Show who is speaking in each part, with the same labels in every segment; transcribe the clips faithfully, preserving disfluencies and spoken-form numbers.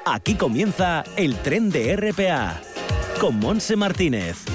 Speaker 1: Aquí comienza el tren de R P A con Montse Martínez.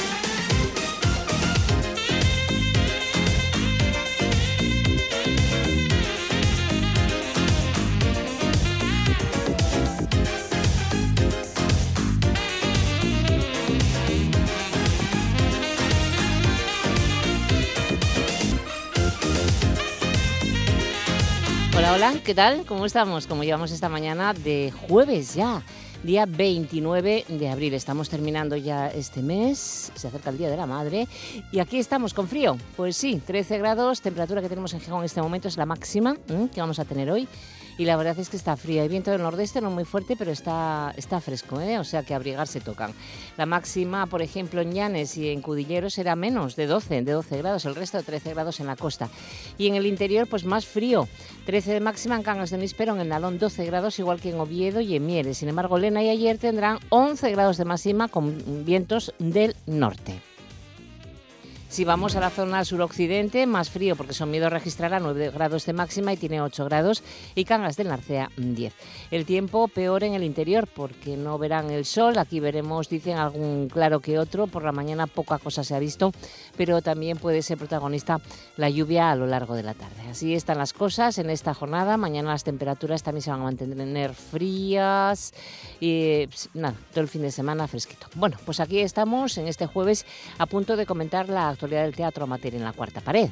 Speaker 2: Hola, hola, ¿qué tal? ¿Cómo estamos? ¿Cómo llevamos esta mañana de jueves ya? Día veintinueve de abril. Estamos terminando ya este mes, se acerca el Día de la Madre y aquí estamos con frío. Pues sí, trece grados, temperatura que tenemos en Gijón en este momento es la máxima ¿eh? que vamos a tener hoy. Y la verdad es que está fría. Hay viento del nordeste, no muy fuerte, pero está, está fresco, ¿eh? O sea que abrigarse tocan. La máxima, por ejemplo, en Llanes y en Cudillero será menos, de doce, de doce grados, el resto de trece grados en la costa. Y en el interior, pues más frío. trece de máxima en Cangas de Nispero, en el Nalón doce grados, igual que en Oviedo y en Mieres. Sin embargo, Lena y Ayer tendrán once grados de máxima con vientos del norte. Si vamos a la zona suroccidente, más frío porque Somiedo registrará nueve grados de máxima y tiene ocho grados y Cangas del Narcea diez. El tiempo peor en el interior porque no verán el sol, aquí veremos, dicen, algún claro que otro, por la mañana poca cosa se ha visto, pero también puede ser protagonista la lluvia a lo largo de la tarde. Así están las cosas en esta jornada, mañana las temperaturas también se van a mantener frías y pues, nada, todo el fin de semana fresquito. Bueno, pues aquí estamos en este jueves a punto de comentar la actualidad del teatro amateur en la cuarta pared.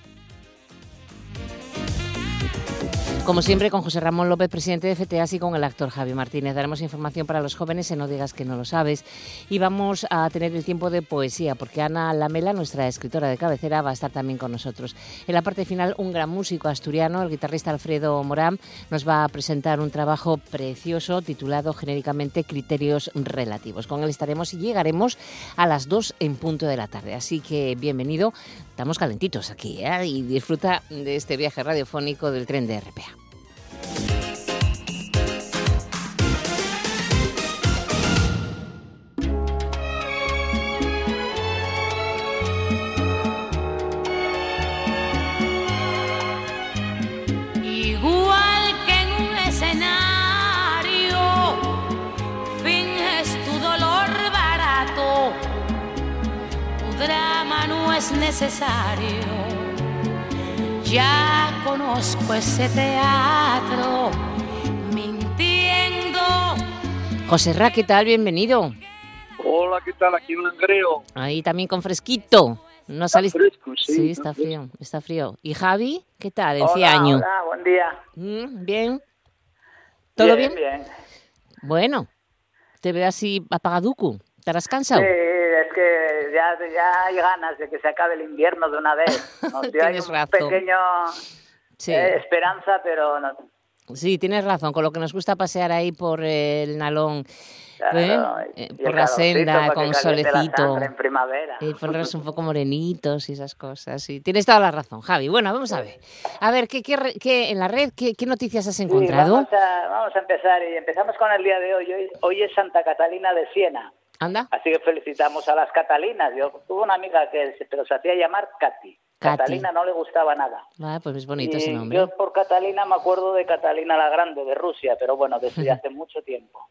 Speaker 2: Como siempre, con José Ramón López, presidente de F T A S, y con el actor Javi Martínez. Daremos información para los jóvenes en No digas que no lo sabes. Y vamos a tener el tiempo de poesía, porque Ana Lamela, nuestra escritora de cabecera, va a estar también con nosotros. En la parte final, un gran músico asturiano, el guitarrista Alfredo Morán, nos va a presentar un trabajo precioso titulado genéricamente Criterios Relativos. Con él estaremos y llegaremos a las dos en punto de la tarde. Así que bienvenido. Estamos calentitos aquí, ¿eh? Y disfruta de este viaje radiofónico del tren de R P A.
Speaker 3: Igual que en un escenario, finges tu dolor barato, tu drama no es necesario. Ya conozco ese teatro, mintiendo.
Speaker 2: José Ra, ¿qué tal? Bienvenido.
Speaker 4: Hola, ¿qué tal? Aquí en Langreo.
Speaker 2: Ahí también con fresquito. No
Speaker 4: Está
Speaker 2: saliste...
Speaker 4: fresco, sí.
Speaker 2: Sí, está frío, está frío. ¿Y Javi? ¿Qué tal? En
Speaker 5: Hola,
Speaker 2: Ciaño.
Speaker 5: hola, buen día.
Speaker 2: Mm, ¿Bien? ¿Todo bien?
Speaker 5: Bien, bien.
Speaker 2: Bueno, te veo así apagaduco. ¿Estarás cansado?
Speaker 5: Sí, es que ya, ya hay ganas de que se acabe el invierno de una vez. Nos dio ahí
Speaker 2: Tienes
Speaker 5: un
Speaker 2: razón.
Speaker 5: pequeño
Speaker 2: Sí.
Speaker 5: eh, esperanza, pero no.
Speaker 2: Sí, tienes razón. Con lo que nos gusta pasear ahí por el Nalón,
Speaker 5: Claro,
Speaker 2: ¿eh?
Speaker 5: y-
Speaker 2: Eh,
Speaker 5: y
Speaker 2: por
Speaker 5: el
Speaker 2: la
Speaker 5: calorcito
Speaker 2: senda,
Speaker 5: para que
Speaker 2: con
Speaker 5: caliente la
Speaker 2: solecito.
Speaker 5: sangre en primavera.
Speaker 2: Y ponerlos un poco morenitos y esas cosas. Sí, tienes toda la razón, Javi. Bueno, vamos a ver. A ver, ¿qué, qué, re- qué- en la red, qué, qué noticias has
Speaker 5: Sí,
Speaker 2: encontrado?
Speaker 5: vamos, a, vamos a empezar y empezamos con el día de hoy. Hoy, hoy es Santa Catalina de Siena,
Speaker 2: Anda.
Speaker 5: así que felicitamos a las Catalinas. Yo tuve una amiga que se, pero se hacía llamar Cati.
Speaker 2: Cati.
Speaker 5: Catalina no le gustaba nada.
Speaker 2: Ah, pues es bonito
Speaker 5: Y
Speaker 2: ese nombre.
Speaker 5: yo por Catalina me acuerdo de Catalina la Grande, de Rusia, pero bueno, desde hace mucho tiempo.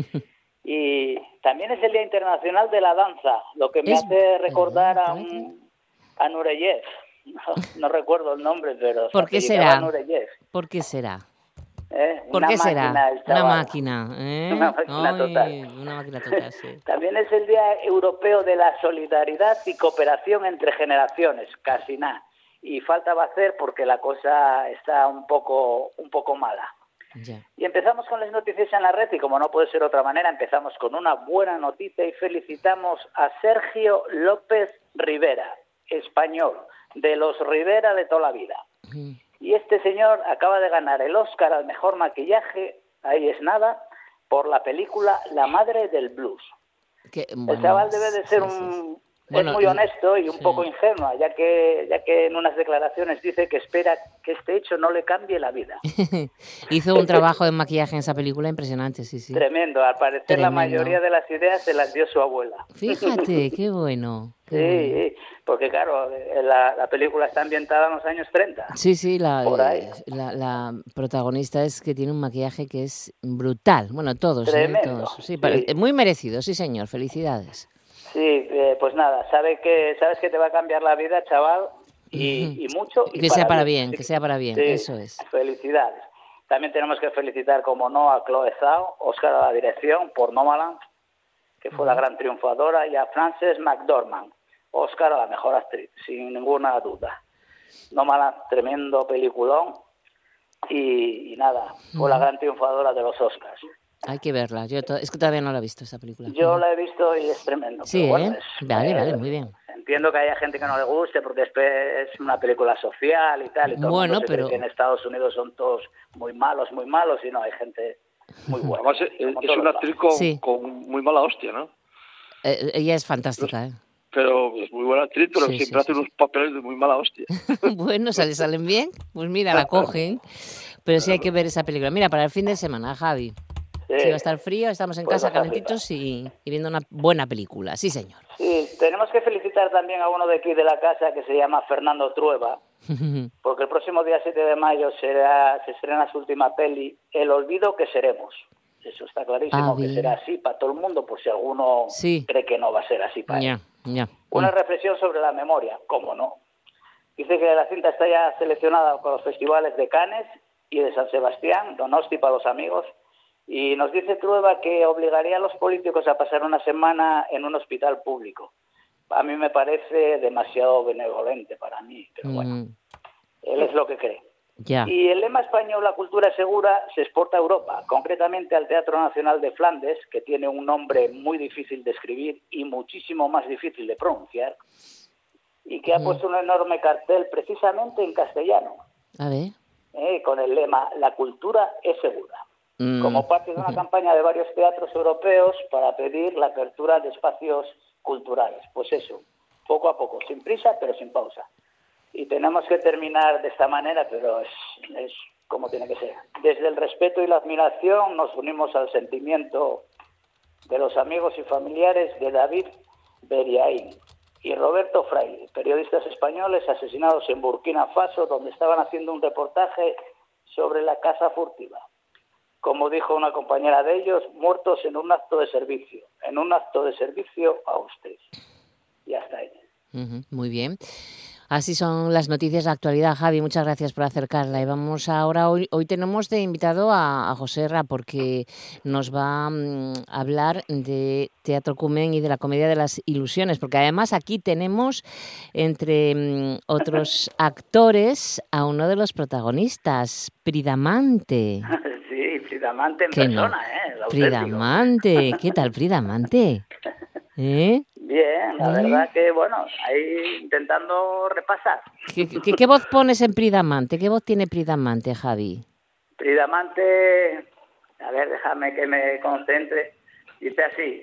Speaker 5: Y también es el Día Internacional de la Danza, lo que me
Speaker 2: Es
Speaker 5: hace recordar a,
Speaker 2: verdad,
Speaker 5: un, a Nureyev. No, no recuerdo el nombre, pero...
Speaker 2: ¿Por qué
Speaker 5: se apellidaba
Speaker 2: será?
Speaker 5: Nureyev.
Speaker 2: ¿Por qué será?
Speaker 5: ¿Eh?
Speaker 2: ¿Por
Speaker 5: Una
Speaker 2: qué será?
Speaker 5: máquina, el
Speaker 2: Una
Speaker 5: chaval.
Speaker 2: máquina, ¿eh?
Speaker 5: Una máquina
Speaker 2: Ay,
Speaker 5: total.
Speaker 2: Una máquina total, sí.
Speaker 5: También es el Día Europeo de la Solidaridad y Cooperación entre Generaciones, casi nada. Y falta va a hacer porque la cosa está un poco, un poco mala.
Speaker 2: Ya.
Speaker 5: Y empezamos con las noticias en la red y como no puede ser de otra manera, empezamos con una buena noticia y felicitamos a Sergio López Rivera, español, de los Rivera de toda la vida.
Speaker 2: Mm.
Speaker 5: Y este señor acaba de ganar el Oscar al mejor maquillaje, ahí es nada, por la película La Madre del Blues.
Speaker 2: Que,
Speaker 5: El
Speaker 2: bueno,
Speaker 5: chaval debe de ser
Speaker 2: sí, sí,
Speaker 5: un...
Speaker 2: sí. Bueno,
Speaker 5: es muy honesto y un
Speaker 2: sí.
Speaker 5: poco ingenuo, ya que ya que en unas declaraciones dice que espera que este hecho no le cambie la vida.
Speaker 2: Hizo un trabajo de maquillaje en esa película impresionante, sí, sí.
Speaker 5: Tremendo, al parecer
Speaker 2: Tremendo.
Speaker 5: la mayoría de las ideas se las dio su abuela.
Speaker 2: Fíjate, qué bueno.
Speaker 5: Sí, porque claro, la, la película está ambientada en los años treinta.
Speaker 2: Sí, sí, la,
Speaker 5: Por ahí.
Speaker 2: la, la protagonista es que tiene un maquillaje que es brutal. Bueno, todos, ¿eh?
Speaker 5: Tremendo,
Speaker 2: Todos. Sí,
Speaker 5: sí.
Speaker 2: pare- muy merecido, sí señor, felicidades.
Speaker 5: Sí, eh, pues nada, sabe que, sabes que te va a cambiar la vida, chaval, y, y mucho. Y
Speaker 2: Que sea para
Speaker 5: bien,
Speaker 2: bien,
Speaker 5: Así
Speaker 2: que sea para bien,
Speaker 5: sí,
Speaker 2: eso es.
Speaker 5: Felicidades. También tenemos que felicitar, como no, a Chloe Zhao, Oscar a la dirección por Nomadland, que fue la gran triunfadora, y a Frances McDormand, Oscar a la mejor actriz, sin ninguna duda. Nomadland, tremendo peliculón, y, y nada, fue la gran triunfadora de los Oscars.
Speaker 2: Hay que verla. Yo to- es que todavía no la he visto esa película.
Speaker 5: Yo la he visto y es tremendo.
Speaker 2: Sí,
Speaker 5: pero bueno,
Speaker 2: ¿eh?
Speaker 5: es-
Speaker 2: Vale,
Speaker 5: eh,
Speaker 2: vale, muy bien.
Speaker 5: Entiendo que haya gente que no le guste porque es, pe- es una película social y tal, y todo
Speaker 2: Bueno,
Speaker 5: el mundo se
Speaker 2: pero-
Speaker 5: cree que en Estados Unidos son todos muy malos, muy malos, y no, hay gente muy buena.
Speaker 4: Además, es,
Speaker 5: como
Speaker 4: es
Speaker 5: todos
Speaker 4: una
Speaker 5: lados.
Speaker 4: actriz con,
Speaker 2: Sí.
Speaker 4: con muy mala hostia, ¿no?
Speaker 2: Eh, ella es fantástica, ¿eh?
Speaker 4: Pero es muy buena actriz, pero
Speaker 2: Sí,
Speaker 4: siempre
Speaker 2: sí,
Speaker 4: hace
Speaker 2: sí,
Speaker 4: unos papeles de muy mala hostia.
Speaker 2: Bueno, ¿se le salen bien? Pues mira, la cogen. Pero sí hay que ver esa película. Mira, para el fin de semana, Javi.
Speaker 5: Sí.
Speaker 2: Si va a estar frío, estamos en
Speaker 5: Pues
Speaker 2: casa
Speaker 5: vas a
Speaker 2: calentitos y, y viendo una buena película. Sí, señor.
Speaker 5: Sí, tenemos que felicitar también a uno de aquí de la casa que se llama Fernando Trueba, porque el próximo día siete de mayo será, se estrena su última peli, El olvido que seremos. Eso está clarísimo,
Speaker 2: Ah,
Speaker 5: que
Speaker 2: bien.
Speaker 5: será así para todo el mundo, por si alguno
Speaker 2: Sí.
Speaker 5: cree que no va a ser así para él.
Speaker 2: Ya, ya.
Speaker 5: Una reflexión sobre la memoria, cómo no. Dice que la cinta está ya seleccionada con los festivales de Cannes y de San Sebastián, Donosti para los amigos, y nos dice Trueba que obligaría a los políticos a pasar una semana en un hospital público. A mí me parece demasiado benevolente para mí, pero bueno,
Speaker 2: Mm,
Speaker 5: él es lo que cree.
Speaker 2: ya.
Speaker 5: Y el lema español, la cultura segura, se exporta a Europa, concretamente al Teatro Nacional de Flandes, que tiene un nombre muy difícil de escribir y muchísimo más difícil de pronunciar, y que ha puesto un enorme cartel precisamente en castellano,
Speaker 2: A ver.
Speaker 5: eh, con el lema «La cultura es segura»,
Speaker 2: Mm,
Speaker 5: como parte de una campaña de varios teatros europeos para pedir la apertura de espacios culturales. Pues eso, poco a poco, sin prisa, pero sin pausa. Y tenemos que terminar de esta manera, pero es, es como tiene que ser. Desde el respeto y la admiración nos unimos al sentimiento de los amigos y familiares de David Beriaín y Roberto Fraile, periodistas españoles asesinados en Burkina Faso, donde estaban haciendo un reportaje sobre la caza furtiva. Como dijo una compañera de ellos, muertos en un acto de servicio, en un acto de servicio a usted. Y hasta ahí.
Speaker 2: ujú, muy bien. Así son las noticias de la actualidad, Javi. Muchas gracias por acercarla. Y vamos ahora, hoy, hoy tenemos de invitado a, a José Ra, porque nos va mm, a hablar de Teatro Cumen y de la Comedia de las Ilusiones, porque además aquí tenemos, entre mm, otros actores, a uno de los protagonistas, Pridamante.
Speaker 5: Sí, Pridamante en
Speaker 2: Que no.
Speaker 5: persona, ¿eh? El auténtico.
Speaker 2: Pridamante, ¿qué tal, Pridamante? ¿Eh?
Speaker 5: Bien, la
Speaker 2: ¿Eh?
Speaker 5: verdad que, bueno, ahí intentando repasar.
Speaker 2: ¿Qué, qué, qué voz pones en Pridamante? ¿Qué voz tiene Pridamante, Javi?
Speaker 5: Pridamante, a ver, déjame que me concentre. Dice así: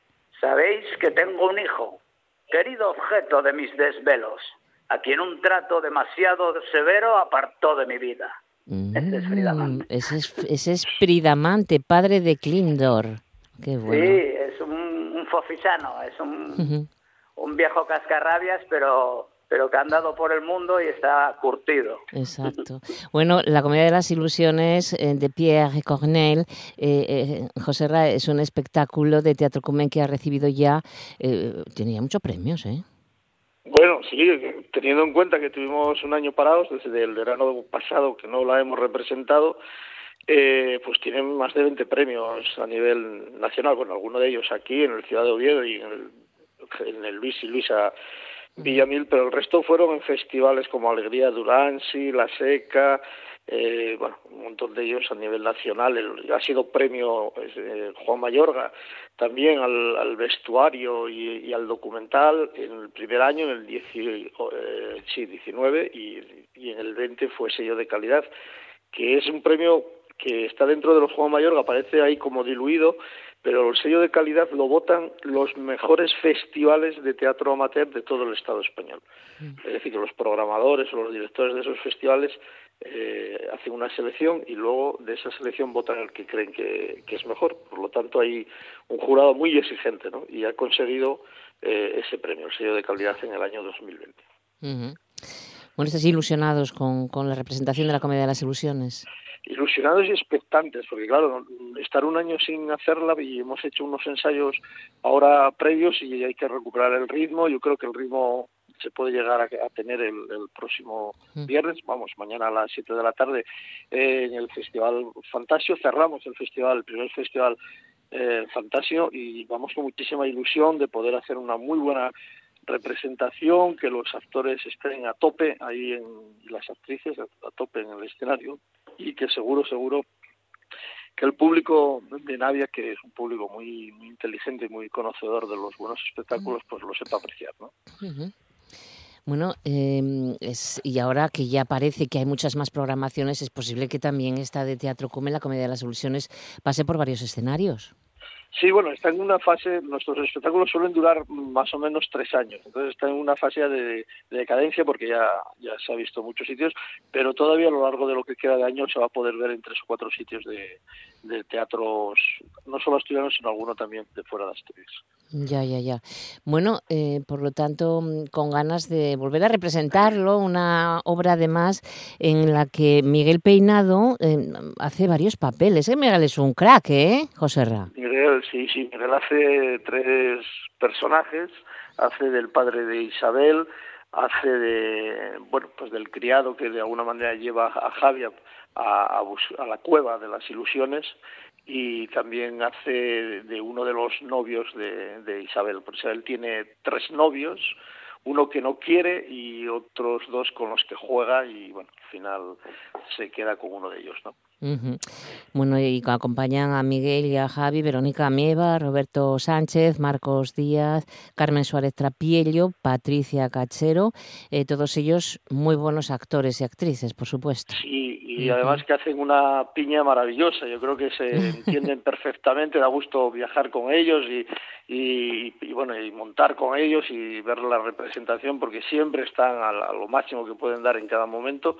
Speaker 5: sabéis que tengo un hijo, querido objeto de mis desvelos, a quien un trato demasiado severo apartó de mi vida. Ese es Pridamante.
Speaker 2: Mm, ese, es, ese es Pridamante, padre de Clindor. Qué bueno.
Speaker 5: Sí, es un, un fofisano, es un,
Speaker 2: Ujú.
Speaker 5: un viejo cascarrabias, pero, pero que ha andado por el mundo y está curtido.
Speaker 2: Exacto. Bueno, la Comedia de las Ilusiones eh, de Pierre Corneille, eh, eh, José Ra, es un espectáculo de Teatro Cumen que ha recibido ya, eh, tiene ya muchos premios, ¿eh?
Speaker 4: Bueno, sí, teniendo en cuenta que tuvimos un año parados desde el verano pasado que no la hemos representado, eh, pues tienen más de veinte premios a nivel nacional. Bueno, algunos de ellos aquí en el Ciudad de Oviedo y en el, en el Luis y Luisa Villamil, pero el resto fueron en festivales como Alegría Duransi, La Seca, eh, bueno, un montón de ellos a nivel nacional. El, ha sido premio eh, Juan Mayorga también al, al vestuario y, y al documental en el primer año, en el diez, eh, sí, diecinueve, y, y en el veinte fue sello de calidad, que es un premio que está dentro de los Juan Mayorga, aparece ahí como diluido, pero el sello de calidad lo votan los mejores festivales de teatro amateur de todo el Estado español. Es decir, que los programadores o los directores de esos festivales eh, hacen una selección y luego de esa selección votan el que creen que, que es mejor. Por lo tanto, hay un jurado muy exigente, ¿no? Y ha conseguido eh, ese premio, el sello de calidad en el año dos mil veinte.
Speaker 2: Uh-huh. Bueno, ¿estáis ilusionados con, con la representación de la Comedia de las Ilusiones?
Speaker 4: Ilusionados y expectantes, porque claro, estar un año sin hacerla y hemos hecho unos ensayos ahora previos y hay que recuperar el ritmo. Yo creo que el ritmo se puede llegar a, a tener el, el próximo viernes, vamos, mañana a las siete de la tarde, eh, en el Festival Fantasio. Cerramos el festival, el primer festival eh, Fantasio, y vamos con muchísima ilusión de poder hacer una muy buena representación, que los actores estén a tope ahí, en, y las actrices a, a tope en el escenario, y que seguro, seguro que el público de Navia, que es un público muy, muy inteligente y muy conocedor de los buenos espectáculos, pues lo sepa apreciar, ¿no?
Speaker 2: Uh-huh. Bueno, eh, es, y ahora que ya parece que hay muchas más programaciones, es posible que también esta de Teatro Cumen, la Comedia de las Ilusiones, pase por varios escenarios.
Speaker 4: Sí, bueno, está en una fase, nuestros espectáculos suelen durar más o menos tres años, entonces está en una fase de, de decadencia porque ya, ya se ha visto en muchos sitios, pero todavía a lo largo de lo que queda de año se va a poder ver en tres o cuatro sitios de, de teatros, no solo asturianos, sino alguno también de fuera de Asturias.
Speaker 2: Ya, ya, ya. Bueno, eh, por lo tanto, con ganas de volver a representarlo, una obra además en la que Miguel Peinado eh, hace varios papeles. ¿Eh? Miguel es un crack, ¿eh, Joserra?
Speaker 4: Miguel, sí, sí, Miguel hace tres personajes, hace del padre de Isabel, hace de, bueno, pues del criado que de alguna manera lleva a Javi a, a, a la cueva de las ilusiones, y también hace de uno de los novios de, de Isabel. Por Isabel tiene tres novios, uno que no quiere y otros dos con los que juega, y bueno, al final se queda con uno de ellos, ¿no?
Speaker 2: Uh-huh. Bueno, y acompañan a Miguel y a Javi, Verónica Mieva, Roberto Sánchez, Marcos Díaz, Carmen Suárez Trapiello, Patricia Cachero, eh, todos ellos muy buenos actores y actrices, por supuesto.
Speaker 4: Sí, y uh-huh. además que hacen una piña maravillosa. Yo creo que se entienden perfectamente, da gusto viajar con ellos y, y, y bueno, y montar con ellos y ver la representación, porque siempre están a, a lo máximo que pueden dar en cada momento,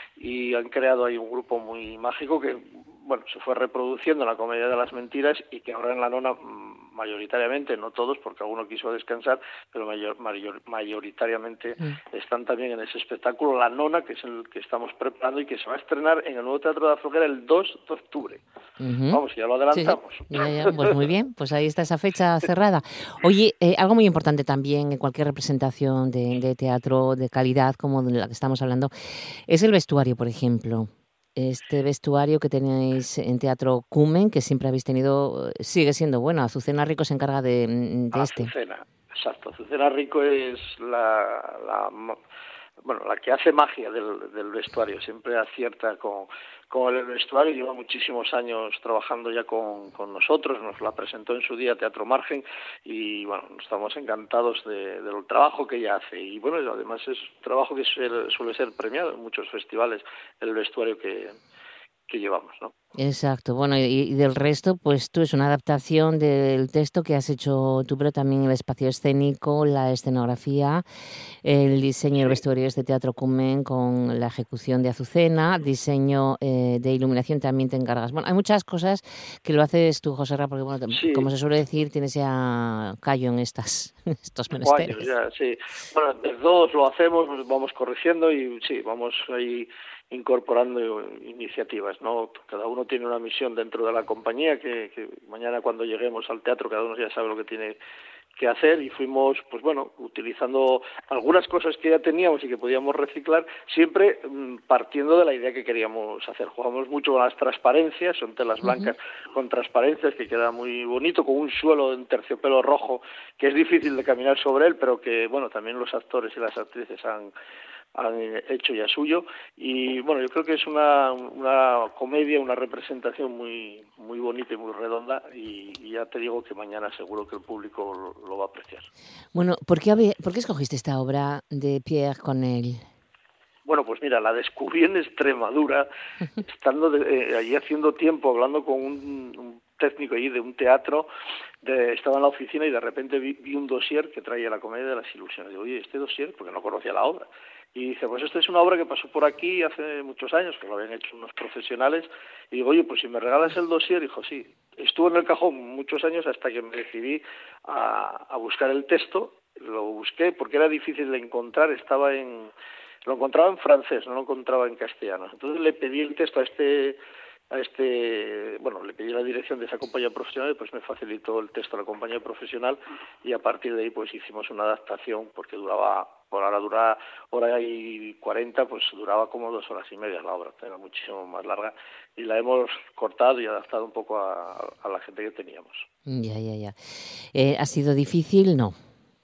Speaker 4: y han creado ahí un grupo muy mágico que, bueno, se fue reproduciendo en la Comedia de las Mentiras y que ahora en la Nona mayoritariamente, no todos porque alguno quiso descansar, pero mayor, mayor, mayoritariamente mm. están también en ese espectáculo La Nona, que es el que estamos preparando y que se va a estrenar en el Nuevo Teatro de la Florera el dos de octubre. Uh-huh. Vamos, ya lo adelantamos.
Speaker 2: Sí, ya, ya. Pues muy bien, pues ahí está esa fecha cerrada. Oye, eh, algo muy importante también en cualquier representación de, de teatro de calidad como de la que estamos hablando es el vestuario, por ejemplo. Este vestuario que tenéis en Teatro Cumen, que siempre habéis tenido, sigue siendo bueno. Azucena Rico se encarga de, de este.
Speaker 4: Azucena, exacto. Azucena Rico es la, la, bueno, la que hace magia del, del vestuario. Siempre acierta con, con el vestuario. Lleva muchísimos años trabajando ya con, con nosotros. Nos la presentó en su día Teatro Margen y bueno, estamos encantados de, del trabajo que ella hace. Y bueno, además es un trabajo que suele, suele ser premiado en muchos festivales, el vestuario que, que llevamos, ¿no?
Speaker 2: Exacto. Bueno, y, y del resto, pues tú es una adaptación del texto que has hecho tú, pero también el espacio escénico, la escenografía, el diseño del vestuario de Teatro Cumen con la ejecución de Azucena, diseño eh, de iluminación también te encargas. Bueno, hay muchas cosas que lo haces tú, Joserra, porque bueno, sí. como se suele decir, tienes ya callo en estas estos menesteres.
Speaker 4: Años ya, sí. Bueno, de todos lo hacemos, vamos corrigiendo y sí, vamos ahí incorporando iniciativas, ¿no? Cada uno tiene una misión dentro de la compañía que, que mañana cuando lleguemos al teatro cada uno ya sabe lo que tiene que hacer, y fuimos, pues bueno, utilizando algunas cosas que ya teníamos y que podíamos reciclar, siempre mmm, partiendo de la idea que queríamos hacer. Jugamos mucho con las transparencias, son telas blancas uh-huh. con transparencias, que queda muy bonito, con un suelo en terciopelo rojo que es difícil de caminar sobre él, pero que, bueno, también los actores y las actrices han han hecho ya suyo, y bueno, yo creo que es una, una comedia, una representación muy muy bonita y muy redonda, y, y ya te digo que mañana seguro que el público lo, lo va a apreciar.
Speaker 2: Bueno, ¿por qué, habe, ¿por qué escogiste esta obra de Pierre Corneille?
Speaker 4: Bueno, pues mira, la descubrí en Extremadura, estando de, eh, allí haciendo tiempo, hablando con un, un técnico allí de un teatro, de, estaba en la oficina y de repente vi, vi un dossier que traía la Comedia de las Ilusiones. Digo, oye, este dossier, porque no conocía la obra. Y dice, pues esta es una obra que pasó por aquí hace muchos años, que lo habían hecho unos profesionales, y digo, oye, pues si me regalas el dossier, dijo, sí, estuvo en el cajón muchos años hasta que me decidí a, a buscar el texto, lo busqué porque era difícil de encontrar, estaba en, lo encontraba en francés, no lo encontraba en castellano, entonces le pedí el texto a este... a este, bueno, le pedí la dirección de esa compañía profesional y pues me facilitó el texto a la compañía profesional y a partir de ahí pues hicimos una adaptación porque duraba, por ahora dura hora y cuarenta, pues duraba como dos horas y media la obra, era muchísimo más larga y la hemos cortado y adaptado un poco a, a la gente que teníamos.
Speaker 2: Ya, ya, ya. Eh, ¿Ha sido difícil? No.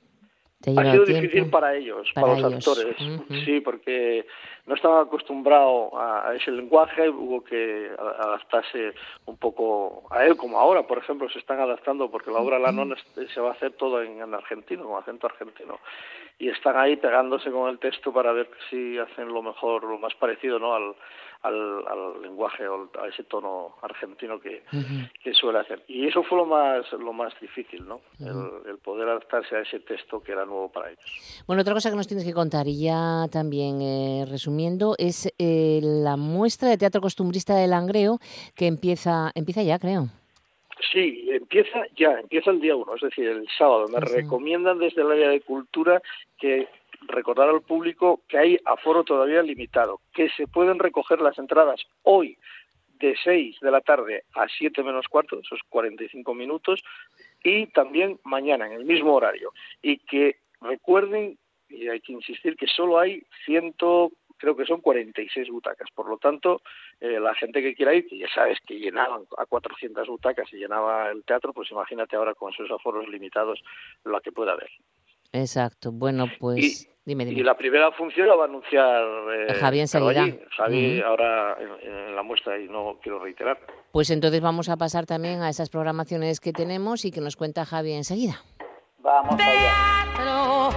Speaker 4: Ha sido
Speaker 2: tiempo?
Speaker 4: difícil para ellos,
Speaker 2: para,
Speaker 4: para los
Speaker 2: ellos.
Speaker 4: actores,
Speaker 2: uh-huh.
Speaker 4: sí, porque no estaban acostumbrados a, a ese lenguaje, hubo que adaptarse un poco a él, como ahora, por ejemplo, se están adaptando, porque la obra La Nona se va a hacer todo en, en argentino, con acento argentino, y están ahí pegándose con el texto para ver si hacen lo mejor, lo más parecido, ¿no?, al, al, al lenguaje o a ese tono argentino que, uh-huh. que suele hacer. Y eso fue lo más lo más difícil, ¿no?, uh-huh. el, el poder adaptarse a ese texto que era nuevo para ellos.
Speaker 2: Bueno, otra cosa que nos tienes que contar, y ya también eh, resumiendo, es eh, la muestra de teatro costumbrista de Langreo, que empieza empieza ya, creo.
Speaker 4: Sí, empieza ya, empieza el día uno, es decir, el sábado. Me sí. recomiendan desde el área de cultura que recordar al público que hay aforo todavía limitado, que se pueden recoger las entradas hoy de seis de la tarde a siete menos cuarto, esos cuarenta y cinco minutos, y también mañana en el mismo horario. Y que recuerden, y hay que insistir, que solo hay ciento, creo que son cuarenta y seis butacas. Por lo tanto, eh, la gente que quiera ir, que ya sabes que llenaban a cuatrocientas butacas y llenaba el teatro, pues imagínate ahora con esos aforos limitados lo que pueda haber.
Speaker 2: Exacto. Bueno, pues
Speaker 4: y,
Speaker 2: dime, dime.
Speaker 4: Y la primera función la va a anunciar eh,
Speaker 2: Javi enseguida.
Speaker 4: Javi
Speaker 2: uh-huh.
Speaker 4: ahora en, en la muestra y no quiero reiterar.
Speaker 2: Pues entonces vamos a pasar también a esas programaciones que tenemos y que nos cuenta Javi enseguida.
Speaker 5: Vamos allá.
Speaker 3: Teatro,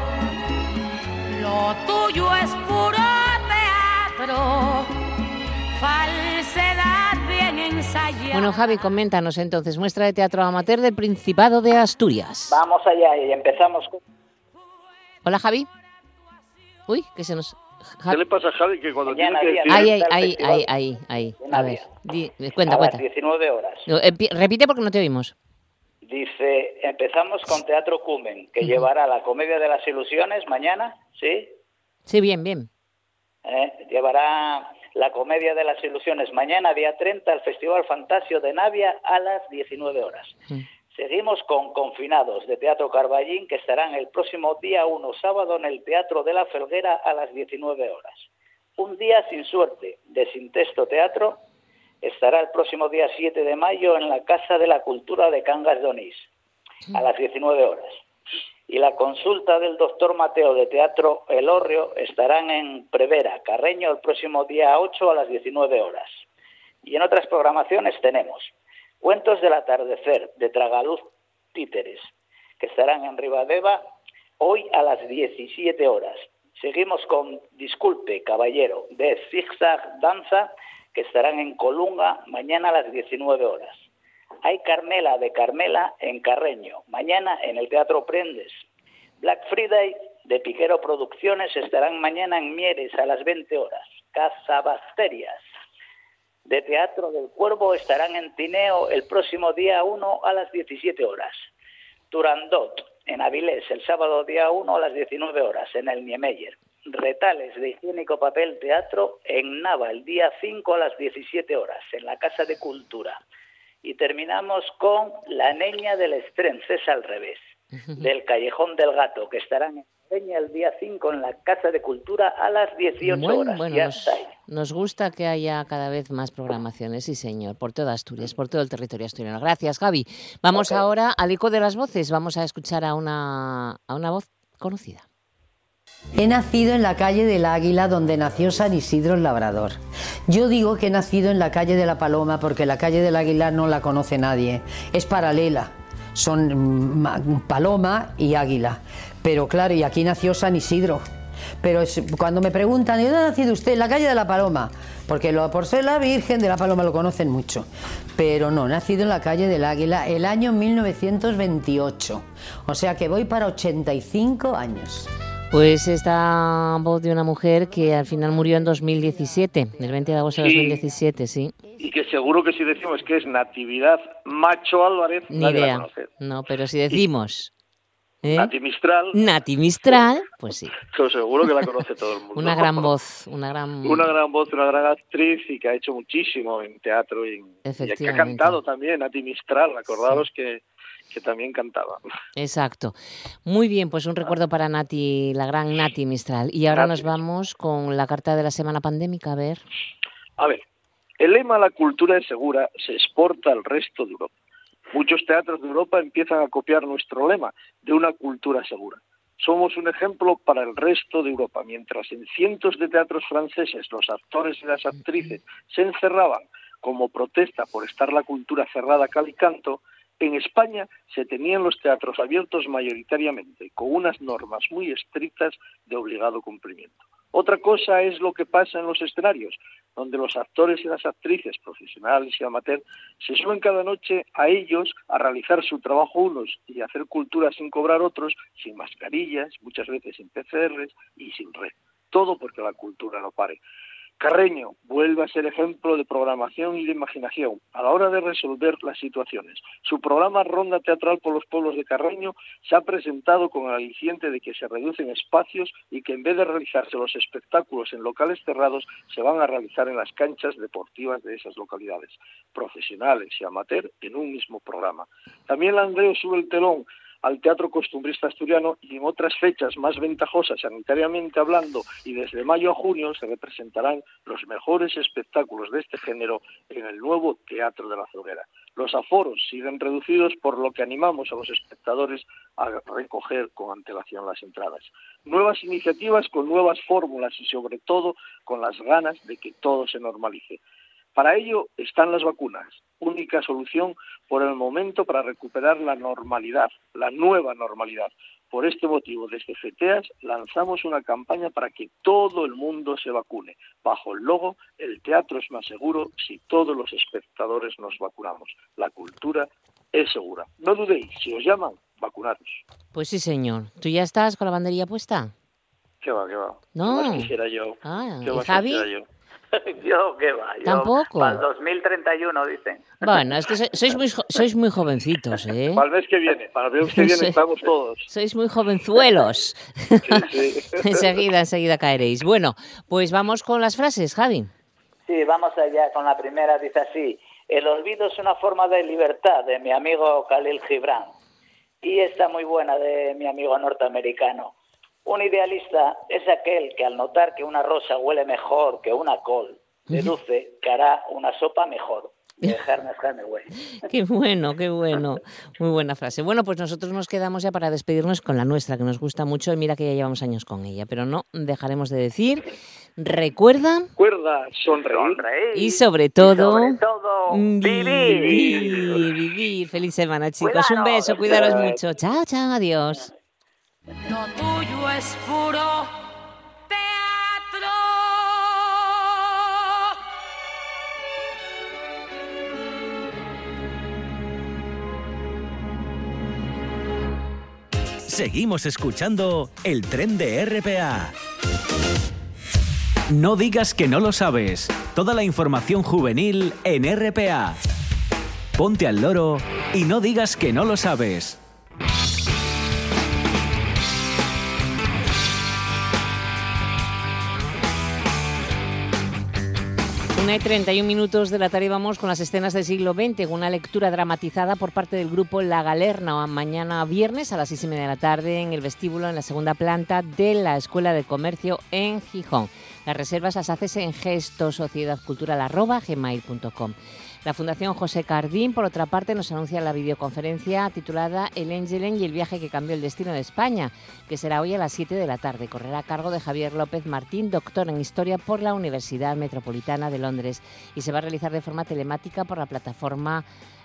Speaker 3: lo tuyo es puro teatro, falsedad bien ensayada.
Speaker 2: Bueno, Javi, coméntanos entonces, muestra de teatro amateur del Principado de Asturias.
Speaker 5: Vamos allá y empezamos con...
Speaker 2: Hola, Javi. Uy, que se nos...
Speaker 4: Ja... ¿Qué le pasa a Javi? Que cuando
Speaker 5: Mañana
Speaker 4: tiene que decir...
Speaker 2: Ahí, ahí, ahí, ahí, ahí, ahí. A ver, di, cuenta,
Speaker 5: a
Speaker 2: cuenta.
Speaker 5: las diecinueve horas.
Speaker 2: No, empi- repite porque no te oímos.
Speaker 5: Dice, empezamos con Teatro Cumen, que uh-huh. llevará la Comedia de las Ilusiones mañana, ¿sí?
Speaker 2: Sí, bien, bien.
Speaker 5: Eh, llevará la Comedia de las Ilusiones mañana, día treinta, al Festival Fantasio de Navia a las diecinueve horas. Uh-huh. Seguimos con Confinados, de Teatro Carballín, que estarán el próximo día uno, sábado, en el Teatro de la Felguera a las diecinueve horas. Un día sin suerte, de Sin Texto Teatro, estará el próximo día siete de mayo en la Casa de la Cultura de Cangas de Onís, a las diecinueve horas. Y la consulta del doctor Mateo de Teatro El Hórreo estarán en Prevera, Carreño, el próximo día ocho a las diecinueve horas. Y en otras programaciones tenemos Cuentos del Atardecer, de Tragaluz Títeres, que estarán en Ribadeva hoy a las diecisiete horas. Seguimos con Disculpe, Caballero, de Zigzag Danza, que estarán en Colunga mañana a las diecinueve horas. Hay Carmela de Carmela en Carreño, mañana en el Teatro Prendes. Black Friday de Piquero Producciones estarán mañana en Mieres a las veinte horas. Casabasterias de Teatro del Cuervo estarán en Tineo el próximo día uno a las diecisiete horas. Turandot en Avilés el sábado día uno a las diecinueve horas en el Niemeyer. Retales de Higiénico Papel Teatro en Nava el día cinco a las diecisiete horas en la Casa de Cultura. Y terminamos con La Niña del Estrences al revés, del Callejón del Gato, que estarán en Peña el día cinco en la Casa de Cultura a las dieciocho
Speaker 2: bueno,
Speaker 5: horas.
Speaker 2: Bueno,
Speaker 5: ya
Speaker 2: nos,
Speaker 5: está ahí.
Speaker 2: Nos gusta que haya cada vez más programaciones, sí señor, por toda Asturias, por todo el territorio asturiano. Gracias, Javi. Vamos okay. ahora al eco de las voces, vamos a escuchar a una, a una voz conocida.
Speaker 6: He nacido en la calle del Águila, donde nació San Isidro el Labrador. Yo digo que he nacido en la calle de la Paloma porque la calle del Águila no la conoce nadie, es paralela, son Paloma y Águila. Pero claro, y aquí nació San Isidro. Pero es, cuando me preguntan, ¿de dónde ha nacido usted? En la calle de la Paloma, porque lo, por ser la Virgen de la Paloma lo conocen mucho. Pero no, he nacido en la calle del Águila el año mil novecientos veintiocho, o sea que voy para ochenta y cinco años.
Speaker 2: Pues esta voz de una mujer que al final murió en dos mil diecisiete, el veinte de agosto de
Speaker 4: Sí.
Speaker 2: dos mil diecisiete, sí.
Speaker 4: Y que seguro que si decimos que es Natividad Macho Álvarez,
Speaker 2: Ni
Speaker 4: nadie la
Speaker 2: idea.
Speaker 4: conoce.
Speaker 2: No, pero si decimos ¿eh?
Speaker 4: Nati Mistral,
Speaker 2: Nati Mistral, pues sí.
Speaker 4: pues seguro que la conoce todo el mundo.
Speaker 2: Una gran voz, una gran...
Speaker 4: Una gran voz, una gran actriz y que ha hecho muchísimo en teatro y, en, y que ha
Speaker 2: Efectivamente.
Speaker 4: cantado también, Nati Mistral, acordaros que, que también cantaba.
Speaker 2: Exacto. Muy bien, pues un recuerdo para Nati, la gran Nati Mistral. Y ahora
Speaker 4: Nati
Speaker 2: nos vamos con la carta de la semana pandémica, a ver.
Speaker 4: A ver, el lema "la cultura es segura" se exporta al resto de Europa. Muchos teatros de Europa empiezan a copiar nuestro lema de una cultura segura. Somos un ejemplo para el resto de Europa. Mientras en cientos de teatros franceses los actores y las actrices se encerraban como protesta por estar la cultura cerrada a cal y canto, en España se tenían los teatros abiertos mayoritariamente, con unas normas muy estrictas de obligado cumplimiento. Otra cosa es lo que pasa en los escenarios, donde los actores y las actrices, profesionales y amateurs, se suben cada noche a ellos a realizar su trabajo unos y a hacer cultura sin cobrar otros, sin mascarillas, muchas veces sin P C Rs y sin red. Todo porque la cultura no pare. Carreño vuelve a ser ejemplo de programación y de imaginación a la hora de resolver las situaciones. Su programa Ronda Teatral por los Pueblos de Carreño se ha presentado con el aliciente de que se reducen espacios y que en vez de realizarse los espectáculos en locales cerrados, se van a realizar en las canchas deportivas de esas localidades, profesionales y amateur en un mismo programa. También Landreo sube el telón al Teatro Costumbrista Asturiano y en otras fechas más ventajosas sanitariamente hablando y desde mayo a junio se representarán los mejores espectáculos de este género en el nuevo Teatro de la Zuguera. Los aforos siguen reducidos, por lo que animamos a los espectadores a recoger con antelación las entradas. Nuevas iniciativas con nuevas fórmulas y sobre todo con las ganas de que todo se normalice. Para ello están las vacunas, única solución por el momento para recuperar la normalidad, la nueva normalidad. Por este motivo, desde FETEAS lanzamos una campaña para que todo el mundo se vacune, bajo el logo "El teatro es más seguro si todos los espectadores nos vacunamos. La cultura es segura". No dudéis, si os llaman, vacunaros.
Speaker 2: Pues sí, señor. ¿Tú ya estás con la banderilla puesta?
Speaker 4: ¿Qué va, qué va?
Speaker 2: No.
Speaker 4: ¿Qué más quisiera yo?
Speaker 2: Ah,
Speaker 4: ¿Qué
Speaker 2: ¿y
Speaker 4: más
Speaker 2: Javi?
Speaker 4: quisiera yo?
Speaker 5: Yo, ¿qué va? Yo,
Speaker 2: Tampoco.
Speaker 5: Para el dos mil treinta y uno, dicen.
Speaker 2: Bueno, es que so- sois muy, jo- sois muy jovencitos, ¿eh?
Speaker 4: Para el mes que viene, para el mes que viene
Speaker 2: Sí.
Speaker 4: estamos todos.
Speaker 2: Sois muy jovenzuelos.
Speaker 4: Sí, sí.
Speaker 2: enseguida, enseguida caeréis. Bueno, pues vamos con las frases, Javi.
Speaker 5: Sí, vamos allá con la primera. Dice así: el olvido es una forma de libertad, de mi amigo Khalil Gibran. Y esta muy buena, de mi amigo norteamericano. Un idealista es aquel que al notar que una rosa huele mejor que una col, deduce que hará una sopa mejor. De Ernest Hemingway.
Speaker 2: Qué bueno, qué bueno. Muy buena frase. Bueno, pues nosotros nos quedamos ya para despedirnos con la nuestra, que nos gusta mucho, y mira que ya llevamos años con ella, pero no dejaremos de decir, recuerda
Speaker 4: Recuerda sonreír.
Speaker 5: Sonreír.
Speaker 2: y sobre todo,
Speaker 5: Y sobre todo, vivir.
Speaker 2: vivir, vivir. Feliz semana, chicos. Un
Speaker 5: Cuidaros.
Speaker 2: beso, cuidaros mucho. Chao, chao, adiós.
Speaker 3: Lo tuyo es puro teatro.
Speaker 1: Seguimos escuchando el tren de R P A. No digas que no lo sabes. Toda la información juvenil en R P A. Ponte al loro y no digas que no lo sabes.
Speaker 2: Una y treinta y un minutos de la tarde, vamos con las escenas del siglo veinte, con una lectura dramatizada por parte del grupo La Galerna, mañana viernes a las seis y media de la tarde en el vestíbulo, en la segunda planta de la Escuela de Comercio en Gijón. Las reservas las haces en gestosociedadcultural arroba gmail punto com. La Fundación José Cardín, por otra parte, nos anuncia la videoconferencia titulada El Engelen y el viaje que cambió el destino de España, que será hoy a las siete de la tarde. Correrá a cargo de Javier López Martín, doctor en Historia por la Universidad Metropolitana de Londres, y se va a realizar de forma telemática por la plataforma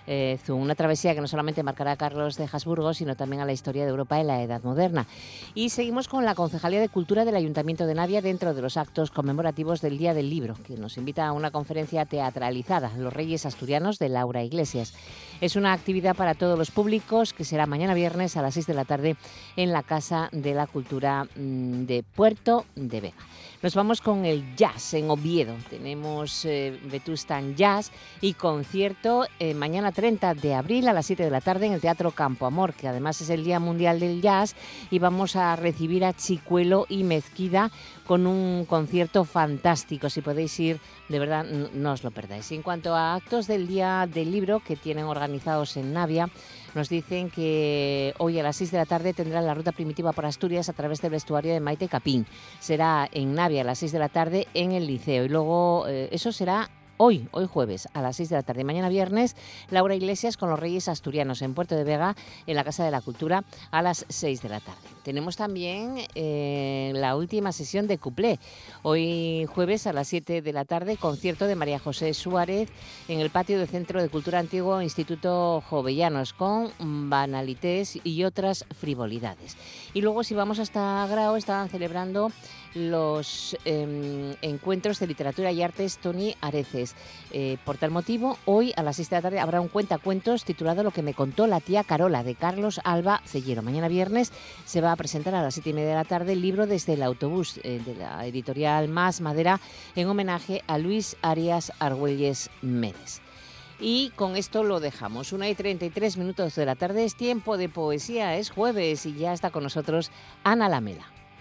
Speaker 2: eh, Zoom, una travesía que no solamente marcará a Carlos de Habsburgo, sino también a la historia de Europa en la Edad Moderna. Y seguimos con la Concejalía de Cultura del Ayuntamiento de Navia dentro de los actos conmemorativos del Día del Libro, que nos invita a una conferencia teatralizada, Los Reyes Asturianos, de Laura Iglesias. Es una actividad para todos los públicos que será mañana viernes a las seis de la tarde en la Casa de la Cultura de Puerto de Vega. Nos vamos con el jazz en Oviedo. Tenemos eh, Vetustan Jazz y concierto eh, mañana treinta de abril a las siete de la tarde en el Teatro Campo Amor, que además es el Día Mundial del Jazz, y vamos a recibir a Chicuelo y Mezquida con un concierto fantástico. Si podéis ir, de verdad, no, no os lo perdáis. Y en cuanto a actos del Día del Libro que tienen organizados en Navia, nos dicen que hoy a las seis de la tarde tendrán la ruta primitiva por Asturias a través del vestuario de Maite Capín. Será en Navia a las seis de la tarde en el Liceo. Y luego eh, eso será hoy, hoy jueves, a las seis de la tarde. Mañana viernes, Laura Iglesias con los Reyes Asturianos en Puerto de Vega, en la Casa de la Cultura, a las seis de la tarde. Tenemos también eh, la última sesión de Cuplé. Hoy jueves a las siete de la tarde, concierto de María José Suárez en el patio del Centro de Cultura Antiguo Instituto Jovellanos, con banalités y otras frivolidades. Y luego, si vamos hasta Grao, estaban celebrando los eh, encuentros de literatura y artes Toni Areces. Eh, por tal motivo, hoy a las seis de la tarde habrá un cuentacuentos titulado Lo que me contó la tía Carola, de Carlos Alba Cellero. Mañana viernes se va a presentar a las siete y media de la tarde el libro Desde el autobús, eh, de la editorial Más Madera, en homenaje a Luis Arias Argüelles Méndez. Y con esto lo dejamos. una y treinta y tres minutos de la tarde, es tiempo de poesía, es jueves y ya está con nosotros Ana Lamela.